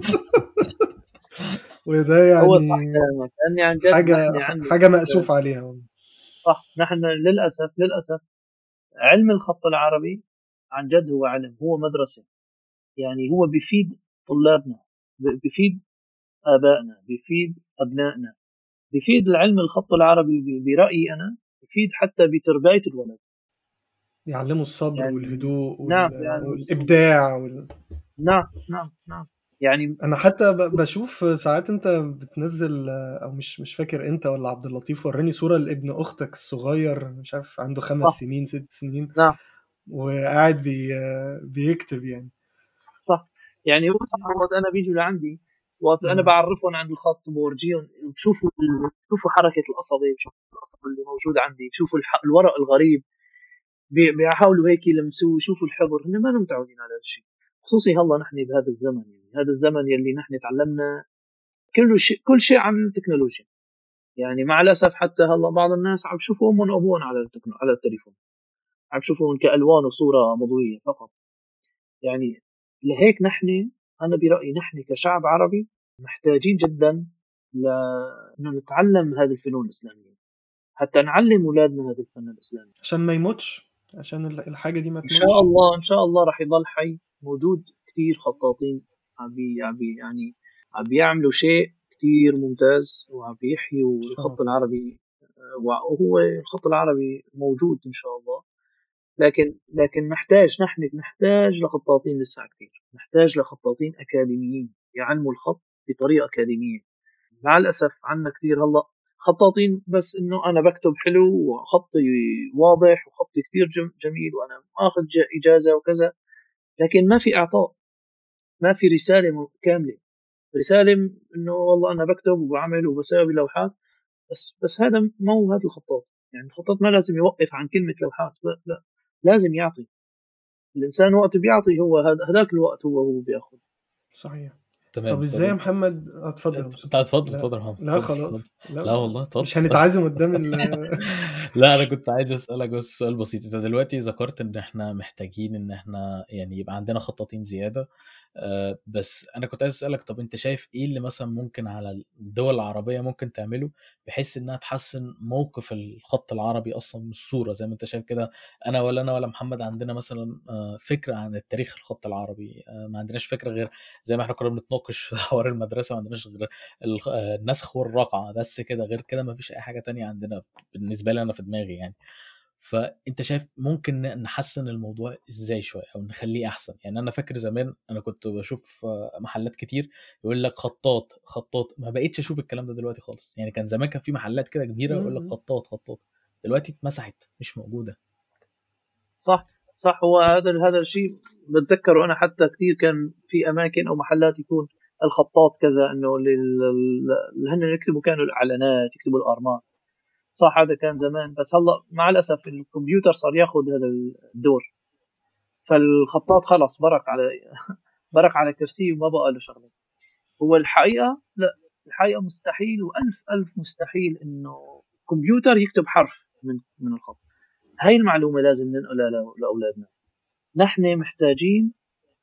وده هو صح يعني كلامك لاني عن جد حاجة نحن عندنا حاجة مأسوف عليها والله. صح. نحن للاسف للاسف علم الخط العربي عن جد هو علم، هو مدرسه. يعني هو بيفيد طلابنا، بيفيد آبائنا، بيفيد أبنائنا، بيفيد العلم الخط العربي برأيي أنا بيفيد حتى بتربية الولد. يعلموا الصبر يعني والهدوء نعم وال... يعني الصبر. والإبداع وال... نعم نعم نعم. يعني أنا حتى ب... بشوف ساعات أنت بتنزل، أو مش مش فاكر أنت ولا عبد اللطيف وراني صورة لابن أختك الصغير مش عارف عنده خمس صح. سنين ست سنين نعم وقاعد بي... بيكتب يعني. صح. يعني هو وقت أنا بيجوا لعندي وقت أنا آه. بعرفهم عن الخط بورجيهم بشوفوا بشوفوا حركة القصبة، بشوفوا القصبة اللي موجودة عندي، بشوفوا الح... الورق الغريب بي- بيحاولوا هيك يلمسوه يشوفوا الحبر. هن ما متعودين على هذا الشيء. خصوصي هلا نحن بهذا الزمن، يعني هذا الزمن يلي نحن تعلمنا كل شيء كل شيء عن التكنولوجيا. يعني مع الاسف حتى هلا بعض الناس عم بشوفوا امهم وابوهم على التكنو... على التليفون، عم بشوفهم كالوان وصوره مضويه فقط. يعني لهيك نحن أنا برأيي نحن كشعب عربي محتاجين جدا لأنه نتعلم هذه الفنون الإسلامية حتى نعلم أولادنا هذا الفن الإسلامي عشان ما يموتش، عشان ال- الحاجة دي ما إن شاء تموتش. الله. إن شاء الله رح يضل حي موجود. كتير خطاطين عم بي عم بي يعني عم بيعملوا شيء كتير ممتاز وعم بيحيوا إن شاء الخط الله. العربي، وهو الخط العربي موجود إن شاء الله. لكن لكن محتاج نحن نحتاج لخطاطين لسه كثير، نحتاج لخطاطين أكاديميين يعلموا الخط بطريقة أكاديمية. مع الأسف عنا كثير هلا خطاطين بس إنه أنا بكتب حلو وخطي واضح وخطي كثير جم- جميل وأنا أخذ ج- إجازة وكذا، لكن ما في إعطاء، ما في رسالة م- كاملة. رسالة م- إنه والله أنا بكتب وبعمل وبسوي لوحات بس بس هذا مو هذا الخطاط. يعني الخطاط ما لازم يوقف عن كلمة لوحات، لا, لا لازم يعطي. الإنسان وقت بيعطي هو هذا- هذاك الوقت هو هو بياخذ. صحيح. تمام. طب طب ازاي يا انت محمد؟ اتفضل يا انت مصطفى. اتفضل لا اتفضل يا محمد، لا اتفضل اتفضل. خلاص، لا لا والله لا، اتفضل مش اتفضل. هنتعزم قدام ال لا انا كنت عايز اسالك بس سؤال بسيط. انت دلوقتي ذكرت ان احنا محتاجين ان احنا يعني يبقى عندنا خطاطين زياده، آه، بس انا كنت عايز اسالك طب انت شايف ايه اللي مثلا ممكن على الدول العربيه ممكن تعمله بحيث انها تحسن موقف الخط العربي اصلا من الصوره زي ما انت شايف كده. انا ولا انا ولا محمد عندنا مثلا آه، فكره عن التاريخ الخط العربي، آه، ما عندناش فكره غير زي ما احنا كنا بنتناقش في حوار المدرسه، ما عندناش غير الخ- آه، النسخ والرقعه بس كده، غير كده ما فيش اي حاجه تانية عندنا بالنسبه لي انا في دماغي يعني. فانت شايف ممكن ن- نحسن الموضوع ازاي شويه او نخليه احسن؟ يعني انا فاكر زمان انا كنت بشوف آه، محلات كتير يقول لك خطاط خطاط، ما بقيتش اشوف الكلام ده دلوقتي خالص. يعني كان زمان كان في محلات كده كبيره يقول لك م- خطاط خطاط، دلوقتي اتمسحت مش موجوده. صح صح. هو هذا هذا الشيء بتذكره أنا حتى كثير كان في أماكن أو محلات يكون الخطاط كذا إنه لل- اللي هن يكتبوا كانوا الإعلانات يكتبوا الأرمات. صح هذا كان زمان بس هلا مع الأسف الكمبيوتر صار ياخذ هذا الدور، فالخطاط خلص برك على برك على كرسي وما بقى له شغله. هو الحقيقه لا، الحقيقه مستحيل والف الف مستحيل انه كمبيوتر يكتب حرف من من الخط. هاي المعلومه لازم ننقلها ل- لاولادنا. نحن محتاجين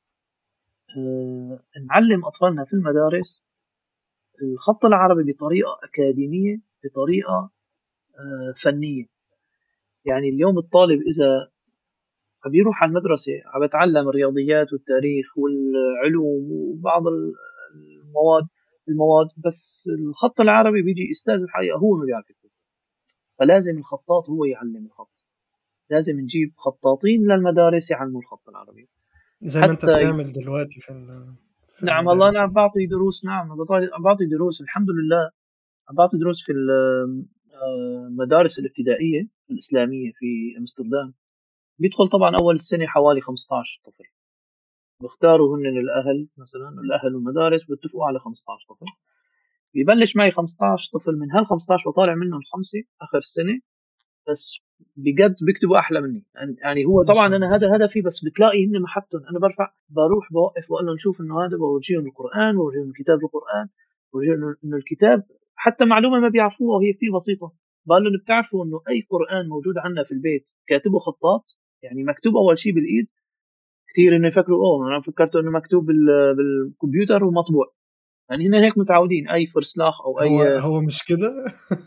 آه، نعلم اطفالنا في المدارس الخط العربي بطريقه اكاديميه، بطريقه آه، فنيه. يعني اليوم الطالب اذا عم يروح على المدرسة عم بتعلم الرياضيات والتاريخ والعلوم وبعض المواد المواد بس الخط العربي بيجي أستاذ الحقيقة هو ما بيعرف يكتب، فلازم الخطاط هو يعلم الخط. لازم نجيب خطاطين للمدارس يعلموا الخط العربي زي ما انت حتى ي... بتعمل دلوقتي في ال- في نعم والله أنا المدارس عم يعني. بعطي دروس. نعم عم بعطي عم بعطي دروس الحمد لله. عم بعطي دروس في ال- آه، المدارس الابتدائية الإسلامية في أمستردام. بيدخل طبعا أول السنة حوالي خمسة عشر طفل، بختاروا هن الأهل مثلا الأهل والمدارس بيتفقوا على خمسة عشر طفل. بيبلش معي خمسة عشر طفل، من هال خمسة عشر بطالع منهم خمسة آخر السنة بس بجد بيكتبوا أحلى مني. يعني يعني هو ما طبعا شاء أنا الله. هذا هدفي بس بتلاقي هن محبتهم. أنا برفع بروح بوقف بقول لهم شوف إنه هذا، بورجيهم القرآن بورجيهم كتاب القرآن، بورجيهم إنه إنه الكتاب حتى معلومة ما بيعرفوها وهي كتير بسيطة. بقول لهم بتعرفوا إنه أي قرآن موجود عندنا في البيت كاتبه خطاط، يعني مكتوب أول شيء بالإيد. كثير انه يفكروا اوه انا فكرت انه مكتوب بال- بالكمبيوتر ومطبوع. يعني هنا هيك متعودين اي فرسلاخ او هو اي. هو مش كده.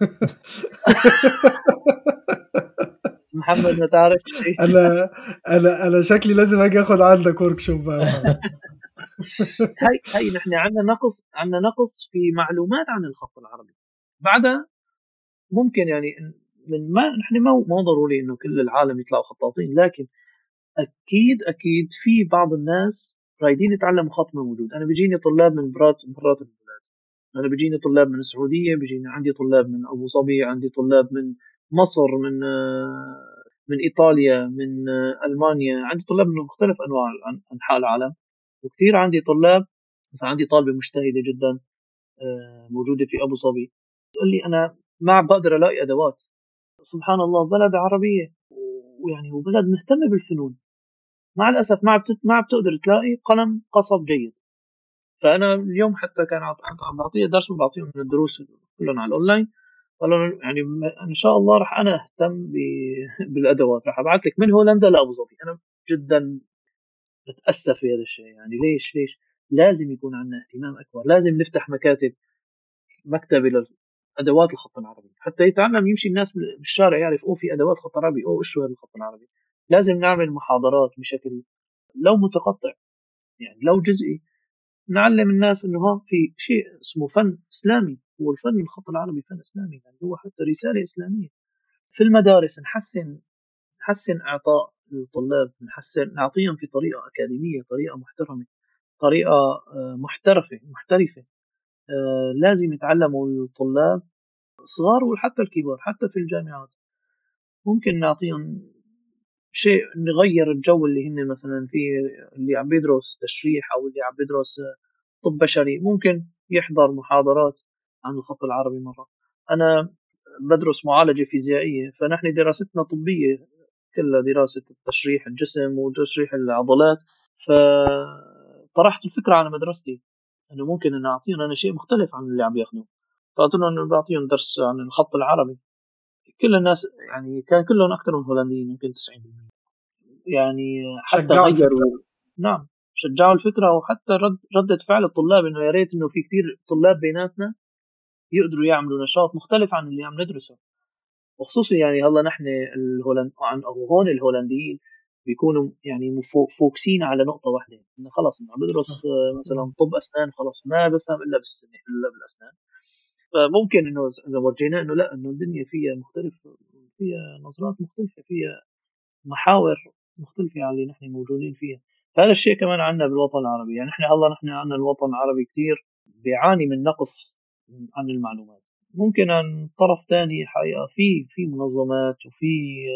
محمد ما تعرف شيء. انا انا انا شكلي لازم اجي اخد عندك ورك شوب بقى يا محمد. هاي هاي نحن عندنا نقص، عندنا نقص في معلومات عن الخط العربي. بعدها ممكن يعني من ما نحن ما ما ضروري انه كل العالم يطلعوا خطاطين، لكن اكيد اكيد في بعض الناس رايدين يتعلموا خط من وجود. انا بيجيني طلاب من برات برات البلاد. انا بيجيني طلاب من السعوديه، بيجيني عندي طلاب من ابو ظبي، عندي طلاب من مصر، من آه، من ايطاليا، من آه، المانيا. عندي طلاب من مختلف انواع عن- انحاء العالم. وكثير عندي طلاب، بس عندي طالبه مجتهده جدا آه، موجوده في ابو ظبي تقول لي انا ما بقدر الاقي ادوات. سبحان الله بلد عربيه ويعني وبلد مهتمه بالفنون، مع الاسف ما بت- ما بتقدر تلاقي قلم قصب جيد. فانا اليوم حتى كان عط- عم بعطيه درس وبعطيهم من الدروس كلهم على الاونلاين. قالوا يعني م- ان شاء الله راح انا اهتم ب- بالادوات، راح ابعث لك من هولندا لابو ظبي. انا جدا بتأسف في هذا الشيء. يعني ليش ليش لازم يكون عندنا اهتمام أكبر، لازم نفتح مكاتب، مكتبة لأدوات الخط العربي حتى يتعلم، يمشي الناس بالشارع يعرف أوه في أدوات خط عربي، أوه إيش هو هذا الخط العربي. لازم نعمل محاضرات بشكل لو متقطع يعني لو جزئي، نعلم الناس إنه ها في شيء اسمه فن إسلامي، هو الفن الخط العربي فن إسلامي، يعني هو حتى رسالة إسلامية. في المدارس نحسن نحسن إعطاء الطلاب، نحسن نعطيهم في طريقة أكاديمية، طريقة محترمة، طريقة آه، محترفة محترفة. آه، لازم يتعلموا الطلاب صغار وحتى الكبار، حتى في الجامعات ممكن نعطيهم شيء نغير الجو اللي هن مثلا في اللي عم بيدرس تشريح أو اللي عم بيدرس طب بشري، ممكن يحضر محاضرات عن الخط العربي مرة. أنا بدرس معالجة فيزيائية، فنحن دراستنا طبية كلها دراسة تشريح الجسم وتشريح العضلات. فطرحت الفكرة على مدرستي أنه ممكن أن أعطيهم أنا شيء مختلف عن اللي عم ياخذوه، فقلت لهم أنه بعطيهم درس عن الخط العربي. كل الناس يعني كان كلهم أكثر من هولنديين، يمكن تسعين بالمئة يعني حتى شجعوا الفكرة. غيروا. نعم شجعوا الفكرة، وحتى رد ردة فعل الطلاب إنه يا ريت إنه في كتير طلاب بيناتنا يقدروا يعملوا نشاط مختلف عن اللي عم ندرسه. وخصوصي يعني هلا نحن الهولند عن أو هون الهولنديين بيكونوا يعني مفو- فوكسين على نقطة واحدة، إنه خلاص إنه عم بدرس صح. آه، مثلا طب أسنان، خلاص ما بفهم إلا بالسنة إلا بالأسنان. فممكن إنه إذا ورجينا إنه لا، إنه الدنيا فيها مختلف، فيها نظرات مختلفة، فيها محاور مختلفة عن اللي نحن موجودين فيها. فهذا الشيء كمان عندنا بالوطن العربي، يعني نحن هلا نحن عندنا الوطن العربي كتير بيعاني من نقص عن المعلومات. ممكن عن طرف تاني حقيقة في في منظمات وفي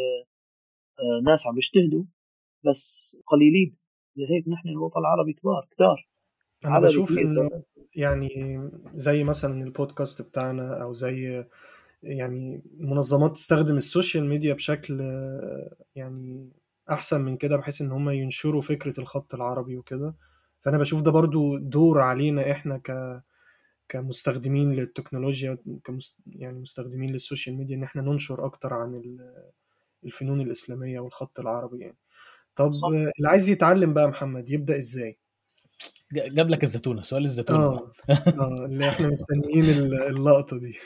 آه، ناس عم بيجتهدوا، بس قليلين. لهيك نحن الوطن العربي كبار كتار، أنا عدد بشوف كبير. إنه يعني زي مثلا البودكاست بتاعنا، أو زي يعني منظمات تستخدم السوشيال ميديا بشكل آه، يعني أحسن من كده، بحيث إن هم ينشروا فكرة الخط العربي وكده. فأنا بشوف ده برضو دور علينا إحنا ك كمستخدمين للتكنولوجيا، كمست... يعني مستخدمين للسوشيال ميديا، إن إحنا ننشر أكتر عن ال- الفنون الإسلامية والخط العربي يعني. طب صح. آه، اللي عايز يتعلم بقى محمد يبدأ إزاي؟ ج- جاب لك الزتونه، سؤال الزتونه بقى. آه آه اللي إحنا مستنيين ال- اللقطة دي.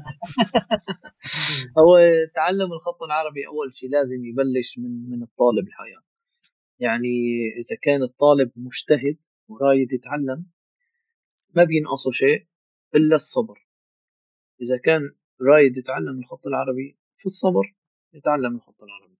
هو تعلم الخط العربي أول شيء لازم يبلش من من الطالب الحقيقة. يعني إذا كان الطالب مجتهد ورايد يتعلم ما بينقصه شيء إلا الصبر. إذا كان رايد يتعلم الخط العربي في الصبر يتعلم الخط العربي.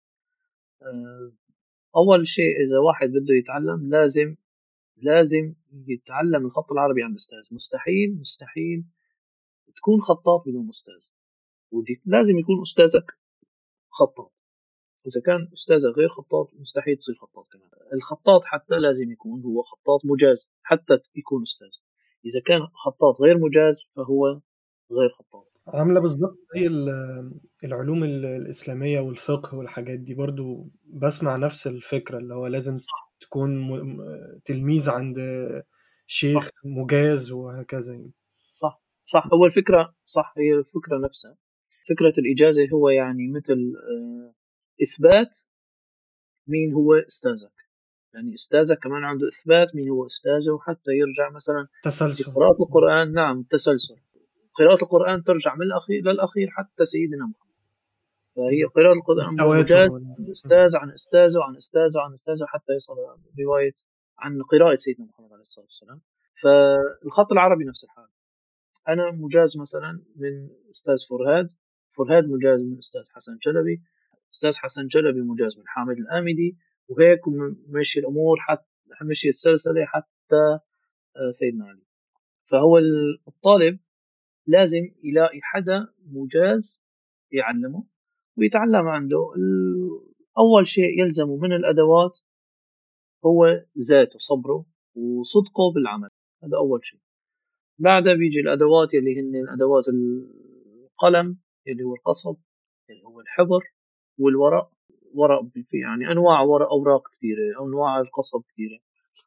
آه، أول شيء إذا واحد بده يتعلم لازم لازم يتعلم الخط العربي عند أستاذ. مستحيل مستحيل تكون خطاط بدون أستاذ، ودي لازم يكون أستاذك خطاط. إذا كان أستاذك غير خطاط مستحيل تصير خطاط كمان. الخطاط حتى لازم يكون هو خطاط مجاز حتى يكون أستاذ. إذا كان خطاط غير مجاز فهو غير خطاط. عاملة بالظبط زي ال- العلوم ال- الإسلامية والفقه والحاجات دي، برضو بسمع نفس الفكرة، اللي هو لازم صح تكون م- م- تلميذ عند شيخ صح مجاز وهكذا يعني. صح صح. هو الفكرة صح، هي الفكرة نفسها. فكرة الإجازة هو يعني مثل آه، إثبات مين هو أستاذك. يعني أستاذك كمان عنده إثبات مين هو أستاذه، وحتى يرجع مثلا في تسلسل. قراءة القرآن. نعم تسلسل. قراءة القرآن ترجع من الأخير للأخير حتى سيدنا محمد. فهي قراءة القرآن بالتواتر مجاز وال... عن أستاذ عن أستاذه عن أستاذه عن أستاذه حتى يصل رواية عن قراءة سيدنا محمد عليه الصلاة والسلام. فالخط العربي نفس الحال. أنا مجاز مثلا من أستاذ فرهاد، فرهاد مجاز من أستاذ حسن شلبي، أستاذ حسن شلبي مجاز من حامد الآمدي، وهيك مشي الأمور حتى مشي السلسلة حتى آه، سيدنا علي. فهو الطالب لازم يلاقي حدا مجاز يعلمه ويتعلم عنده. أول شيء يلزمه من الأدوات هو ذاته، صبره وصدقه بالعمل. هذا أول شيء. بعدها بيجي الأدوات اللي هن أدوات القلم اللي هو القصب، اللي هو الحبر، والورق. ورق في يعني أنواع ورق، أوراق كثيرة، أنواع القصب كثيرة.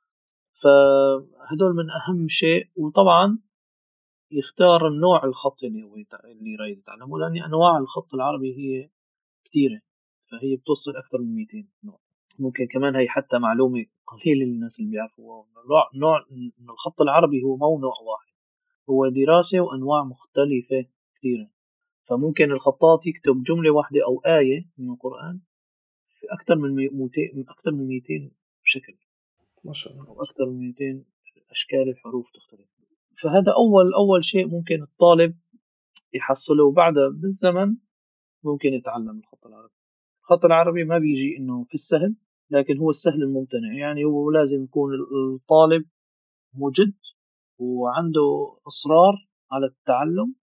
فهدول من أهم شيء. وطبعا يختار النوع الخط اللي هو يتع- اللي يريد يتعلمه، لأن أنواع الخط العربي هي كثيرة، فهي بتوصل أكثر من مئتين نوع. ممكن كمان هي حتى معلومة قليل الناس اللي بيعرفوها، نوع نوع إن الخط العربي هو مو نوع واحد، هو دراسة وأنواع مختلفة كثيرة. فممكن الخطاط يكتب جملة واحدة أو آية من القرآن في أكثر من مئتين من أكثر من مئتين شكل، ما شاء الله. أو أكثر من مئتين أشكال الحروف تختلف. فهذا أول أول شيء ممكن الطالب يحصله. بعدها بالزمن ممكن يتعلم الخط العربي. الخط العربي ما بيجي إنه في السهل، لكن هو السهل الممتنع. يعني هو لازم يكون الطالب مجد وعنده إصرار على التعلم.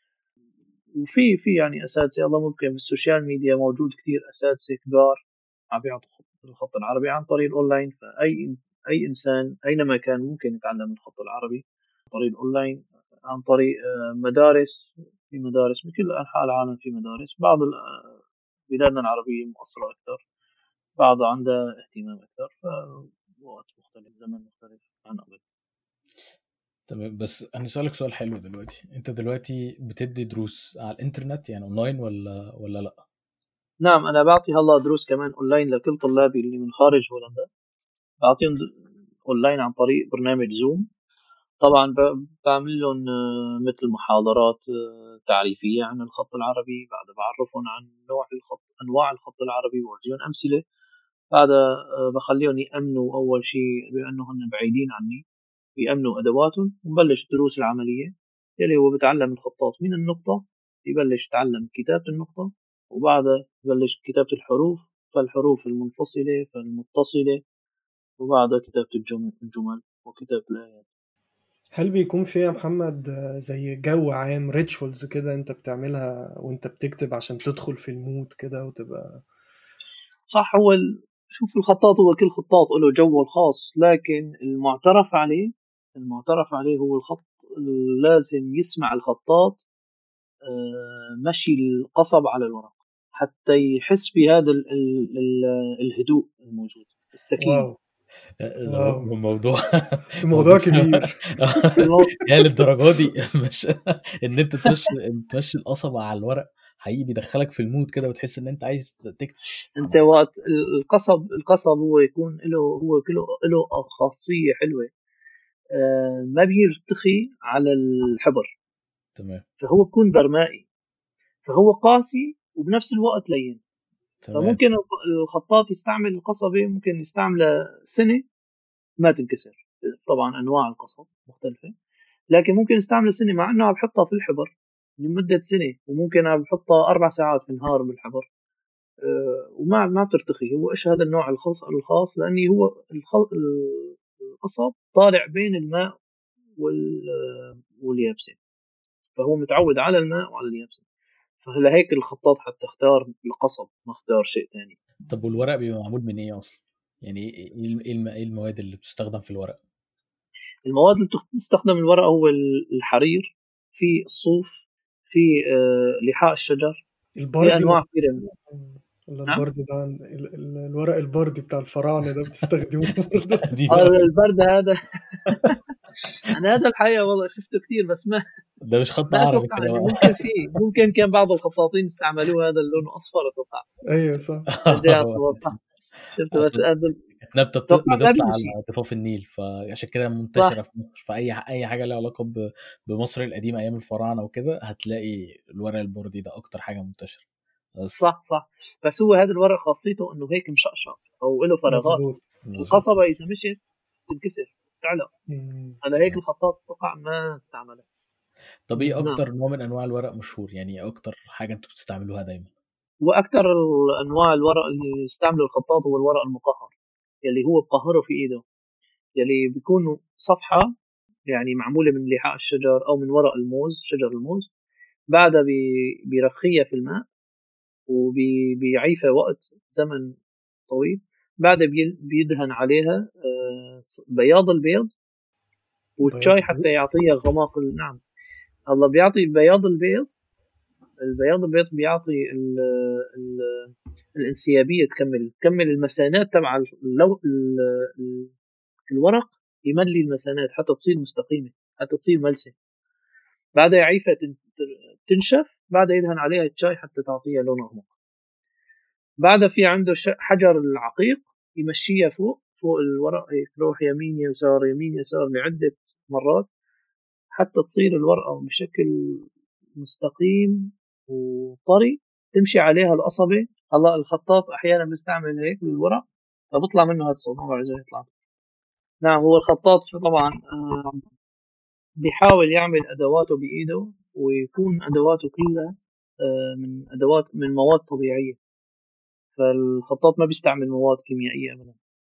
وفي في يعني أساتذة، الله ممكن بالسوشيال ميديا موجود كتير أساتذة كبار عم بيعطوا الخط العربي عن طريق الأونلاين. فأي أي إنسان أينما كان ممكن يتعلم الخط العربي عن طريق الأونلاين، عن طريق مدارس. في مدارس بكل أنحاء العالم، في مدارس. بعض بلادنا العربية مقصرة أكثر، بعض عندها اهتمام أكثر، فوقت مختلف، زمن مختلف عن قبل. تمام. بس أنا أسألك سؤال حلو دلوقتي، أنت دلوقتي بتدي دروس على الإنترنت يعني أونلاين ولا ولا لأ؟ نعم، أنا بعطي هلا دروس كمان أونلاين لكل طلابي اللي من خارج هولندا. بعطيهم أونلاين عن طريق برنامج زوم. طبعا بعمل لهم مثل محاضرات تعريفية عن الخط العربي، بعد بعرفهم عن نوع الخط، أنواع الخط العربي، وورجيهم أمثلة. بعدها بخليهم يأمنوا أول شيء بأنه هن بعيدين عني، يأمنوا أدواتهم، ونبلش الدروس العملية يلي هو بتعلم الخطاط من النقطة. يبلش يتعلم كتابة النقطة، وبعدها يبلش كتابة الحروف، فالحروف المنفصلة فالمتصلة، وبعدها كتابة الجمل, الجمل وكتابة الآيات. هل بيكون فيها يا محمد زي جو عام ريتشوالز كده انت بتعملها وانت بتكتب عشان تدخل في المود كده وتبقى صح. هو ال... شوف، الخطاط هو كل خطاط له جوه الخاص، لكن المعترف عليه المعترف عليه هو الخط لازم يسمع الخطاط مشي القصب على الورق حتى يحس بهذا ال ال ال الهدوء الموجود، السكينة. واو واو الموضوع الموضوع كبير. يعني للدرجة دي مش ان انت تمشي تمشي القصب على الورق حقيقي بيدخلك في المود كده وتحس ان انت عايز تكتب. انت وقت القصب القصب هو يكون له هو كله له خاصية حلوة، آه ما بيرتخي على الحبر. تمام. فهو بيكون برمائي، فهو قاسي وبنفس الوقت لين. تمام. فممكن الخطاط يستعمل القصبة، ممكن يستعملها سنة ما تنكسر. طبعا أنواع القصب مختلفة، لكن ممكن يستعمل سنة، مع أنه عم بحطها في الحبر لمدة سنة، وممكن عم بحطها أربع ساعات في النهار بالحبر، أه وما ما بترتخي. هو إيش هذا النوع الخاص الخاص لأني هو القصب طالع بين الماء واليابسة، فهو متعود على الماء وعلى اليابسة. فلهيك الخطاط حتى اختار القصب، ما اختار شيء تاني. طب والورق بيبقى معمول من ايه اصلا؟ يعني ايه المواد اللي بتستخدم في الورق؟ المواد اللي بتستخدم الورق هو الحرير، في الصوف، في آه لحاء الشجر، في انواع كثيره من البرد ده ال- ال- الورق البردي بتاع الفراعنه ده بتستخدموه برضه؟ اه البرد هذا انا هذا الحقيقه والله شفته كثير، بس ما ده مش خط ما عربي اتوقع كده انه بقى. ممكن في ممكن كان بعض الخطاطين استعملوه هذا اللون اصفر اتوقع. ايوه صح. صح شفته، بس هذا نبتة اتوقع ما بتطلع بيمشي. على ضفاف النيل، فعشان كده منتشرة في مصر. فأي أي حاجة لها علاقة ب- بمصر القديمة أيام الفراعنة وكده هتلاقي الورق البردي ده أكتر حاجة منتشرة. بس صح صح بس هو هذا الورق خاصيته انه هيك مشقشق او له فراغات. مظبوط. القصبه اذا مشت تنكسر تعلق. مم. على هيك الخطاط اتوقع ما استعملها. طب ايه نعم. اكتر نوع من انواع الورق مشهور؟ يعني اكتر حاجة انتوا بتستعملوها دايما؟ واكثر انواع الورق اللي يستعمله الخطاط هو الورق المقهر، يلي هو بقهره في ايده، يلي بيكون صفحه يعني معموله من لحاء الشجر او من ورق الموز، شجر الموز. بعدها بي- بيرخيها في الماء وبيعيفها وقت زمن طويل. بعدها بي- بيدهن عليها آه، بياض البيض بياض والشاي حتى يعطيها غماق. نعم، الله بيعطي بياض البيض. البياض البيض بيعطي ال ال الانسيابية، تكمل تكمل المسانات تبع اللو... ال... ال... الورق، يملي المسانات حتى تصير مستقيمة، حتى تصير ملسة. بعدها يعيفها تن... تنشف، بعدها يدهن عليها الشاي حتى تعطيها لون أغمق. بعدها في عنده ش... حجر العقيق، يمشيها فوق فوق الورق هيك، روح يمين يسار يمين يسار لعدة مرات حتى تصير الورقة بشكل مستقيم وطري تمشي عليها القصبة. هلا الخطاط أحيانا بيستعمل هيك بالورق فبطلع منه هذا الصوت، ما بعرف إذا يطلع. نعم، هو الخطاط طبعا آه، بيحاول يعمل أدواته بإيده ويكون أدواته كلها آه، من أدوات من مواد طبيعية، فالخطاط ما بيستعمل مواد كيميائية أبدا.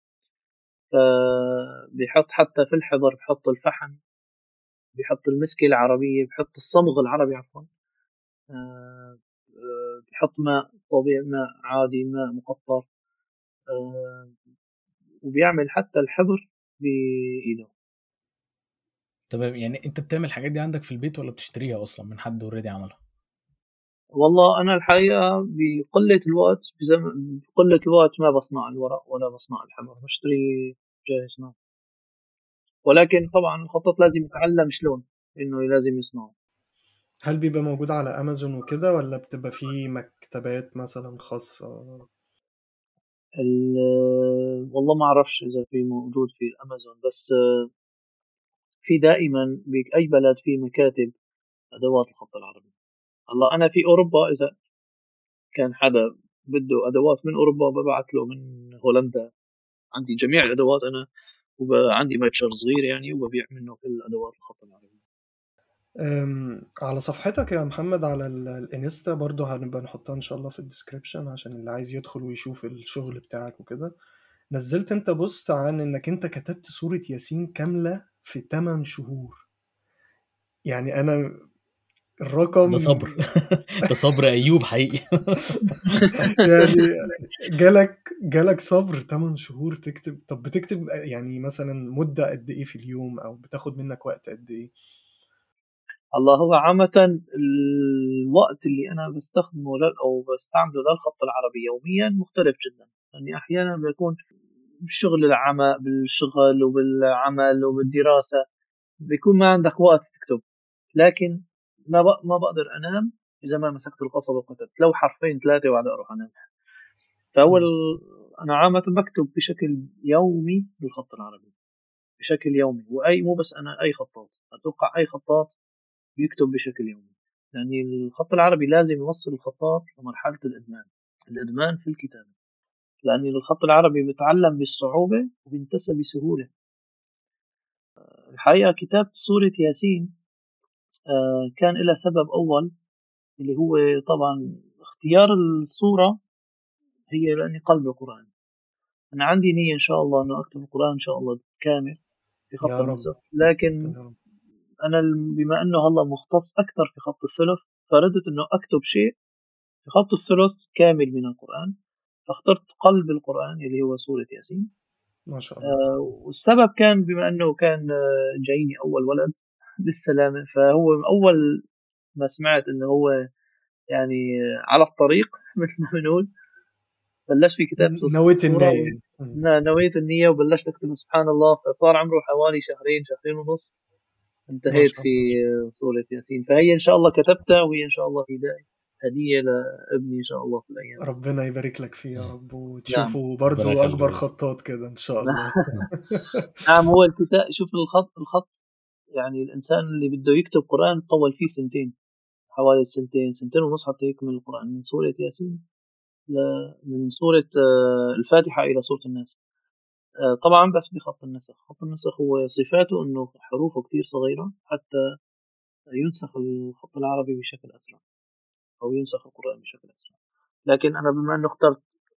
فبيحط حتى في الحبر بحط الفحم، بيحط المسكة العربية، بيحط الصمغ العربي عفوا، آه، آه، بيحط ماء طبيعي، ماء عادي، ماء مقطر، آه، وبيعمل حتى الحبر بإيده. تمام. يعني انت بتعمل الحاجات دي عندك في البيت ولا بتشتريها اصلا من حد اوريدي عملها؟ والله أنا الحقيقة بقلة الوقت بزم... بقلة الوقت ما بصنع الورق ولا بصنع الحبر، بشتري جاهز. نعم، ولكن طبعا الخطاط لازم يتعلم شلون إنه لازم يصنعه. هل بيبقى موجود على امازون وكده ولا بتبقى في مكتبات مثلا خاصة؟ ال- والله ما أعرفش إذا في موجود في الأمازون، بس آه، في دائما بأي بلد في مكاتب أدوات الخط العربي. هلا أنا في أوروبا إذا كان حدا بده أدوات من أوروبا ببعث له من هولندا، عندي جميع الأدوات أنا، وعندي متجر صغير يعني وببيع منه كل أدوات الخط العربي. أم، على صفحتك يا محمد على ال- الانستا برضو هنبقى نحطها ان شاء الله في الديسكريبشن عشان اللي عايز يدخل ويشوف الشغل بتاعك وكده. نزلت انت بوست عن انك انت كتبت سورة ياسين كاملة في ثمانية شهور. يعني انا ده الرقم صبر. ده صبر ايوب حقيقي. يعني جالك جالك صبر ثمانية شهور تكتب؟ طب بتكتب يعني مثلا مدة قد ايه في اليوم او بتاخد منك وقت قد ايه؟ الله، هو عامة الوقت اللي أنا بستخدمه لل أو بستعمله للخط العربي يوميا مختلف جدا، يعني أحيانا بيكون بالشغل العمل بالشغل وبالعمل وبالدراسة بيكون ما عندك وقت تكتب، لكن ما بق- ما بقدر أنام إذا ما مسكت القصب وكتبت لو حرفين ثلاثة وبعد أروح أنام. فأول مم. أنا عامة بكتب بشكل يومي بالخط العربي، بشكل يومي، وأي مو بس أنا، أي خطاط أتوقع أي خطاط بيكتب بشكل يومي، لأن الخط العربي لازم يوصل الخطاط لمرحلة الإدمان، الإدمان في الكتابة، لأن الخط العربي بيتعلم بالصعوبة وبينتسى بسهولة. الحقيقة كتابة سورة ياسين آه، كان لها سبب أول، اللي هو طبعا اختيار الصورة هي لأني قلب القرآن. أنا عندي نية إن شاء الله أنه أكتب القرآن إن شاء الله كامل في خط يا رب. النسخ، لكن يا رب. أنا بما أنه هلا مختص أكثر في خط الثلث فردت أنه أكتب شيء في خط الثلث كامل من القرآن، فاخترت قلب القرآن اللي هو سورة ياسين. ما شاء الله. آه، والسبب كان بما أنه كان آه، جايني أول ولد بالسلامة، فهو أول ما سمعت أنه هو يعني آه، على الطريق مثل ما بنقول، بلشت في كتابة نويت الصورة النية. و- مم. نويت النية وبلشت أكتب سبحان الله، فصار عمره حوالي شهرين شهرين ونص ما انتهيت شاء في الله. سورة ياسين، فهي إن شاء الله كتبتها وهي إن شاء الله هداية هدية لابني إن شاء الله في الأيام. ربنا يبارك لك فيه يا رب نعم. وتشوفه ربنا برضو أكبر يخليه. خطاط كده إن شاء الله. نعم، هو الكتاب، شوف الخط الخط يعني الإنسان اللي بده يكتب قرآن طول فيه سنتين، حوالي سنتين سنتين ونص حتى يكمل القرآن من سورة ياسين ل... من سورة آه، الفاتحة إلى سورة الناس. آه، طبعا بس بخط النسخ، خط النسخ هو صفاته أنه حروفه كتير صغيرة حتى ينسخ الخط العربي بشكل أسرع، أو ينسخ القرآن بشكل أسرع. لكن أنا بما أنه اخترت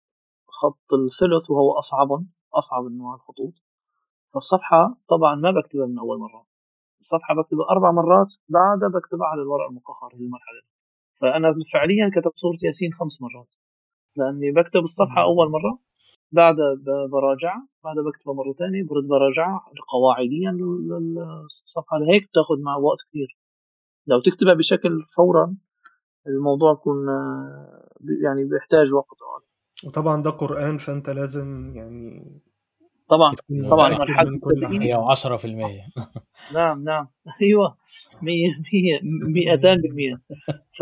خط الثلث وهو أصعب أصعب أنواع الخطوط، فالصفحة طبعا ما بكتبها من أول مرة، الصفحة بكتبها أربع مرات بعدها بكتبها على الورق المقهر للمرحلة. فأنا فعليا كتبت سورة ياسين خمس مرات، لأني بكتب الصفحة أول مرة، بعدها ب- براجعها، بعدها بكتبها مرة ثانية برد براجعها قواعديا للصفحة، هيك بتاخذ مع وقت كثير. لو تكتبها بشكل فورا الموضوع يكون آه، يعني بيحتاج وقت. وطبعا ده قرآن فأنت لازم يعني طبعا تكون طبعا متأكد مرحلة من كل التدقيق. حاجة. مية وعشرة في المية. نعم نعم أيوة، مية مية مئتان بالمئة.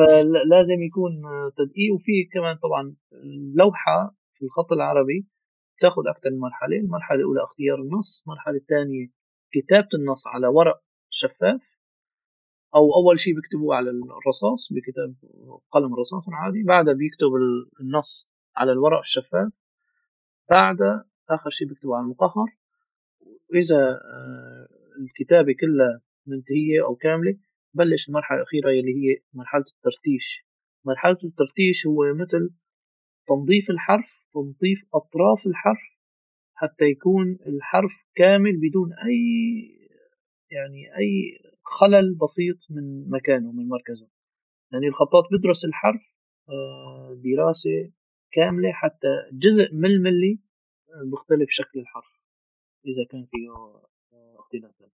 فلازم يكون تدقيق، وفي كمان طبعا اللوحة في الخط العربي تاخذ أكثر من مرحلة. المرحلة الأولى اختيار النص، المرحلة الثانية كتابة النص على ورق شفاف، أو أول شيء بيكتبوه على الرصاص بكتاب قلم رصاص عادي، بعدها بيكتب النص على الورق الشفاف، بعدها آخر شيء بيكتبوه على المقهر. وإذا الكتابة كلها منتهية أو كاملة بلش المرحلة الأخيرة اللي هي مرحلة الترتيش. مرحلة الترتيش هو مثل تنظيف الحرف، تنظيف أطراف الحرف حتى يكون الحرف كامل بدون أي يعني أي خلل بسيط من مكانه من مركزه. يعني الخطاط بدرس الحرف دراسة كاملة حتى جزء من الملي بيختلف شكل الحرف إذا كان فيه اختلافات.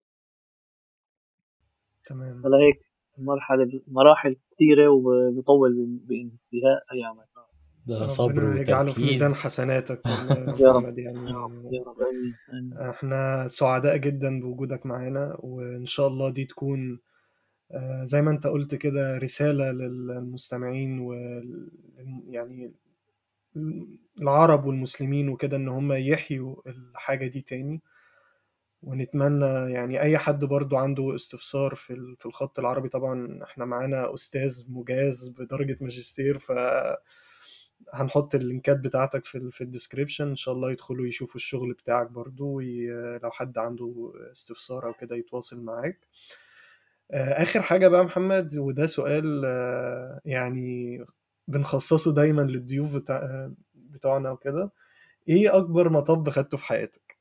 تمام. فلهيك مرحلة مراحل كثيرة وبيطول بانتهاء أي عمل. ده صبر ربنا يجعله في ميزان وتركيز. حسناتك والله يا يا رب محمد. يعني يا رب يا رب آمين آمين. احنا سعداء جدا بوجودك معانا، وإن شاء الله دي تكون آه، زي ما انت قلت كده رسالة للمستمعين و يعني العرب والمسلمين وكده، ان هم يحيوا الحاجة دي تاني. ونتمنى يعني اي حد برضو عنده استفسار في ال- في الخط العربي، طبعا احنا معانا استاذ مجاز بدرجة ماجستير، ف هنحط اللينكات بتاعتك في ال في الديسكريبشن، ان شاء الله يدخلوا يشوفوا الشغل بتاعك برضو، وي... لو حد عنده استفسار او كده يتواصل معاك. آه، اخر حاجة بقى محمد، وده سؤال آه، يعني بنخصصه دايما للضيوف بتاع آه، بتوعنا وكده: ايه اكبر مطب خدته في حياتك؟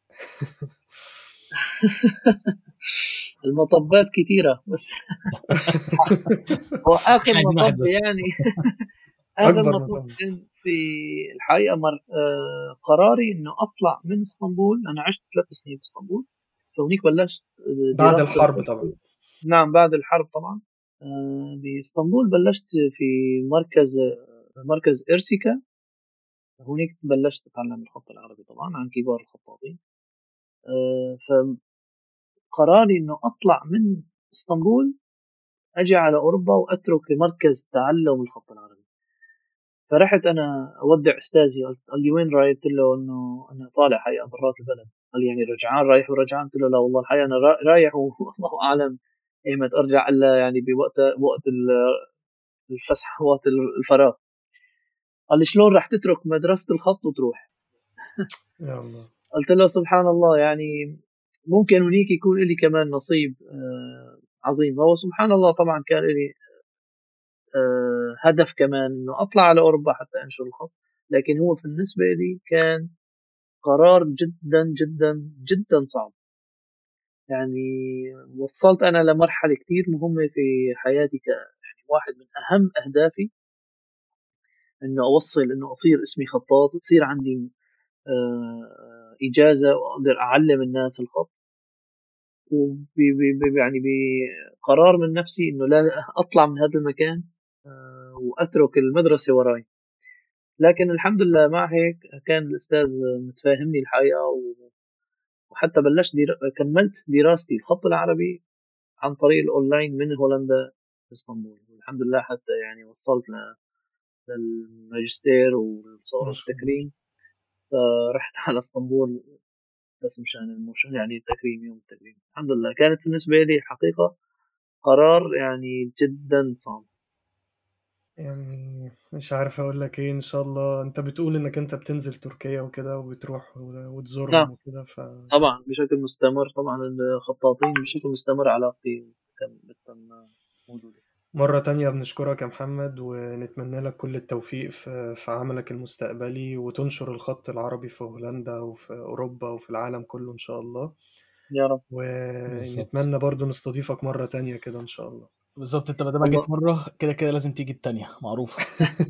المطبات كثيرة بس هو آخر عايزين واحد مطب بس. يعني آخر اكبر مطب مطب. كان في الحقيقة مر... آه قراري إنه أطلع من اسطنبول. أنا عشت ثلاث سنين في اسطنبول، فهونيك بلشت بعد دراسة الحرب طبعا. التركي. نعم بعد الحرب طبعا. آه باسطنبول بلشت في مركز مركز إرسيكا. هونيك بلشت أتعلم الخط العربي طبعا عن كبار الخطاطين. آه فقراري إنه أطلع من اسطنبول أجي على أوروبا وأترك مركز تعلم الخط العربي. فرحت أنا أودع أستاذي، قال لي وين رايح؟ قلت له إنه أنا طالع حقيقة برات البلد. قال لي يعني رجعان رايح ورجعان؟ قلت له لا والله الحقيقة أنا رايح والله أعلم إيمت أرجع إلا يعني بوقت وقت الفسحة وقت الفراغ. قال لي شلون راح تترك مدرسة الخط وتروح؟ يا الله. قلت له سبحان الله، يعني ممكن هنيك يكون لي كمان نصيب عظيم. هو سبحان الله طبعا كان لي هدف كمان انه اطلع على اوروبا حتى انشر الخط، لكن هو بالنسبه لي كان قرار جدا جدا جدا صعب. يعني وصلت انا لمرحله كثير مهمه في حياتي، ك يعني واحد من اهم اهدافي انه اوصل انه اصير اسمي خطاط، تصير عندي اجازه واقدر اعلم الناس الخط. ويعني بقرار من نفسي انه لا اطلع من هذا المكان واترك المدرسه وراي. لكن الحمد لله مع هيك كان الأستاذ متفاهمني الحقيقة، وحتى بلشت دير... كملت دراستي الخط العربي عن طريق الأونلاين من هولندا في اسطنبول. والحمد لله حتى يعني وصلت ل... للماجستير ما شاء الله. والتكريم. فرحت على اسطنبول بس مشان المشان يعني التكريم، يوم التكريم. الحمد لله كانت بالنسبة لي حقيقة قرار يعني جدا صعب. يعني مش عارف اقول لك ايه. ان شاء الله انت بتقول انك انت بتنزل تركيا وكده وبتروح وتزورهم نعم وكده، ف طبعا بشكل مستمر، طبعا الخطاطين بشكل مستمر علاقتي بتكون موجودة. مرة تانية بنشكرك يا محمد، ونتمنى لك كل التوفيق في في عملك المستقبلي، وتنشر الخط العربي في هولندا وفي أوروبا وفي العالم كله إن شاء الله. يا رب. بالظبط ونتمنى برضو نستضيفك مرة تانية كده إن شاء الله. بالظبط انت ما دام جيت والله مره كده كده لازم تيجي التانية معروفه.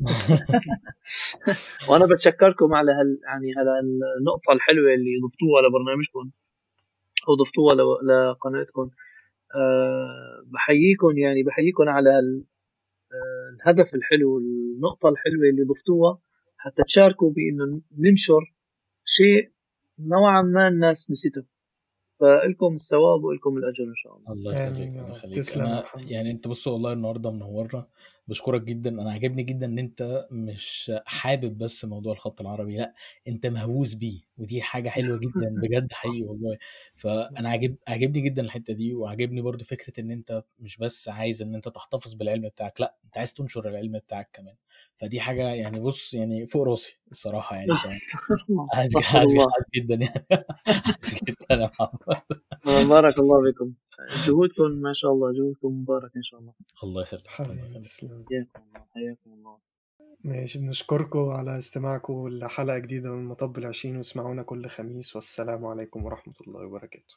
وانا بتشكركم على هال يعني على النقطه الحلوه اللي ضفتوها لبرنامجكم او ضفتوها ل- لقناتكم. أه بحييكم، يعني بحييكم على ال- آه، الهدف الحلو، النقطه الحلوه اللي ضفتوها حتى تشاركوا بانه ننشر شيء نوعا ما الناس نسيته. فالكم الثواب والكم الاجر ان شاء الله. الله آمين يخليك يا الله رب. يخليك. تسلم يا انا محمد. يعني انت بص والله النهارده منورنا بشكرك جدا. انا عجبني جدا ان انت مش حابب بس موضوع الخط العربي، لا انت مهووس بيه، ودي حاجه حلوه جدا بجد صح. حقيقي والله. فانا عجب عجبني جدا الحته دي، وعجبني برضو فكره ان انت مش بس عايز ان انت تحتفظ بالعلم بتاعك، لا انت عايز تنشر العلم بتاعك كمان. فدي حاجه يعني بص يعني فوق راسي الصراحه يعني. ف استغفر الله، عايز استغفر عايز الله. عايز جدا يعني عايز جدا يا محمد. بارك الله بكم، جهودكم ما شاء الله، جهودكم مبارك إن شاء الله. الله يخليك الله حبيبي يخليك. تسلم. حياكم الله، حياكم الله. ماشي، بنشكركم على استماعكم لحلقة جديدة من مطب العشرين، واسمعونا كل خميس، والسلام عليكم ورحمة الله وبركاته.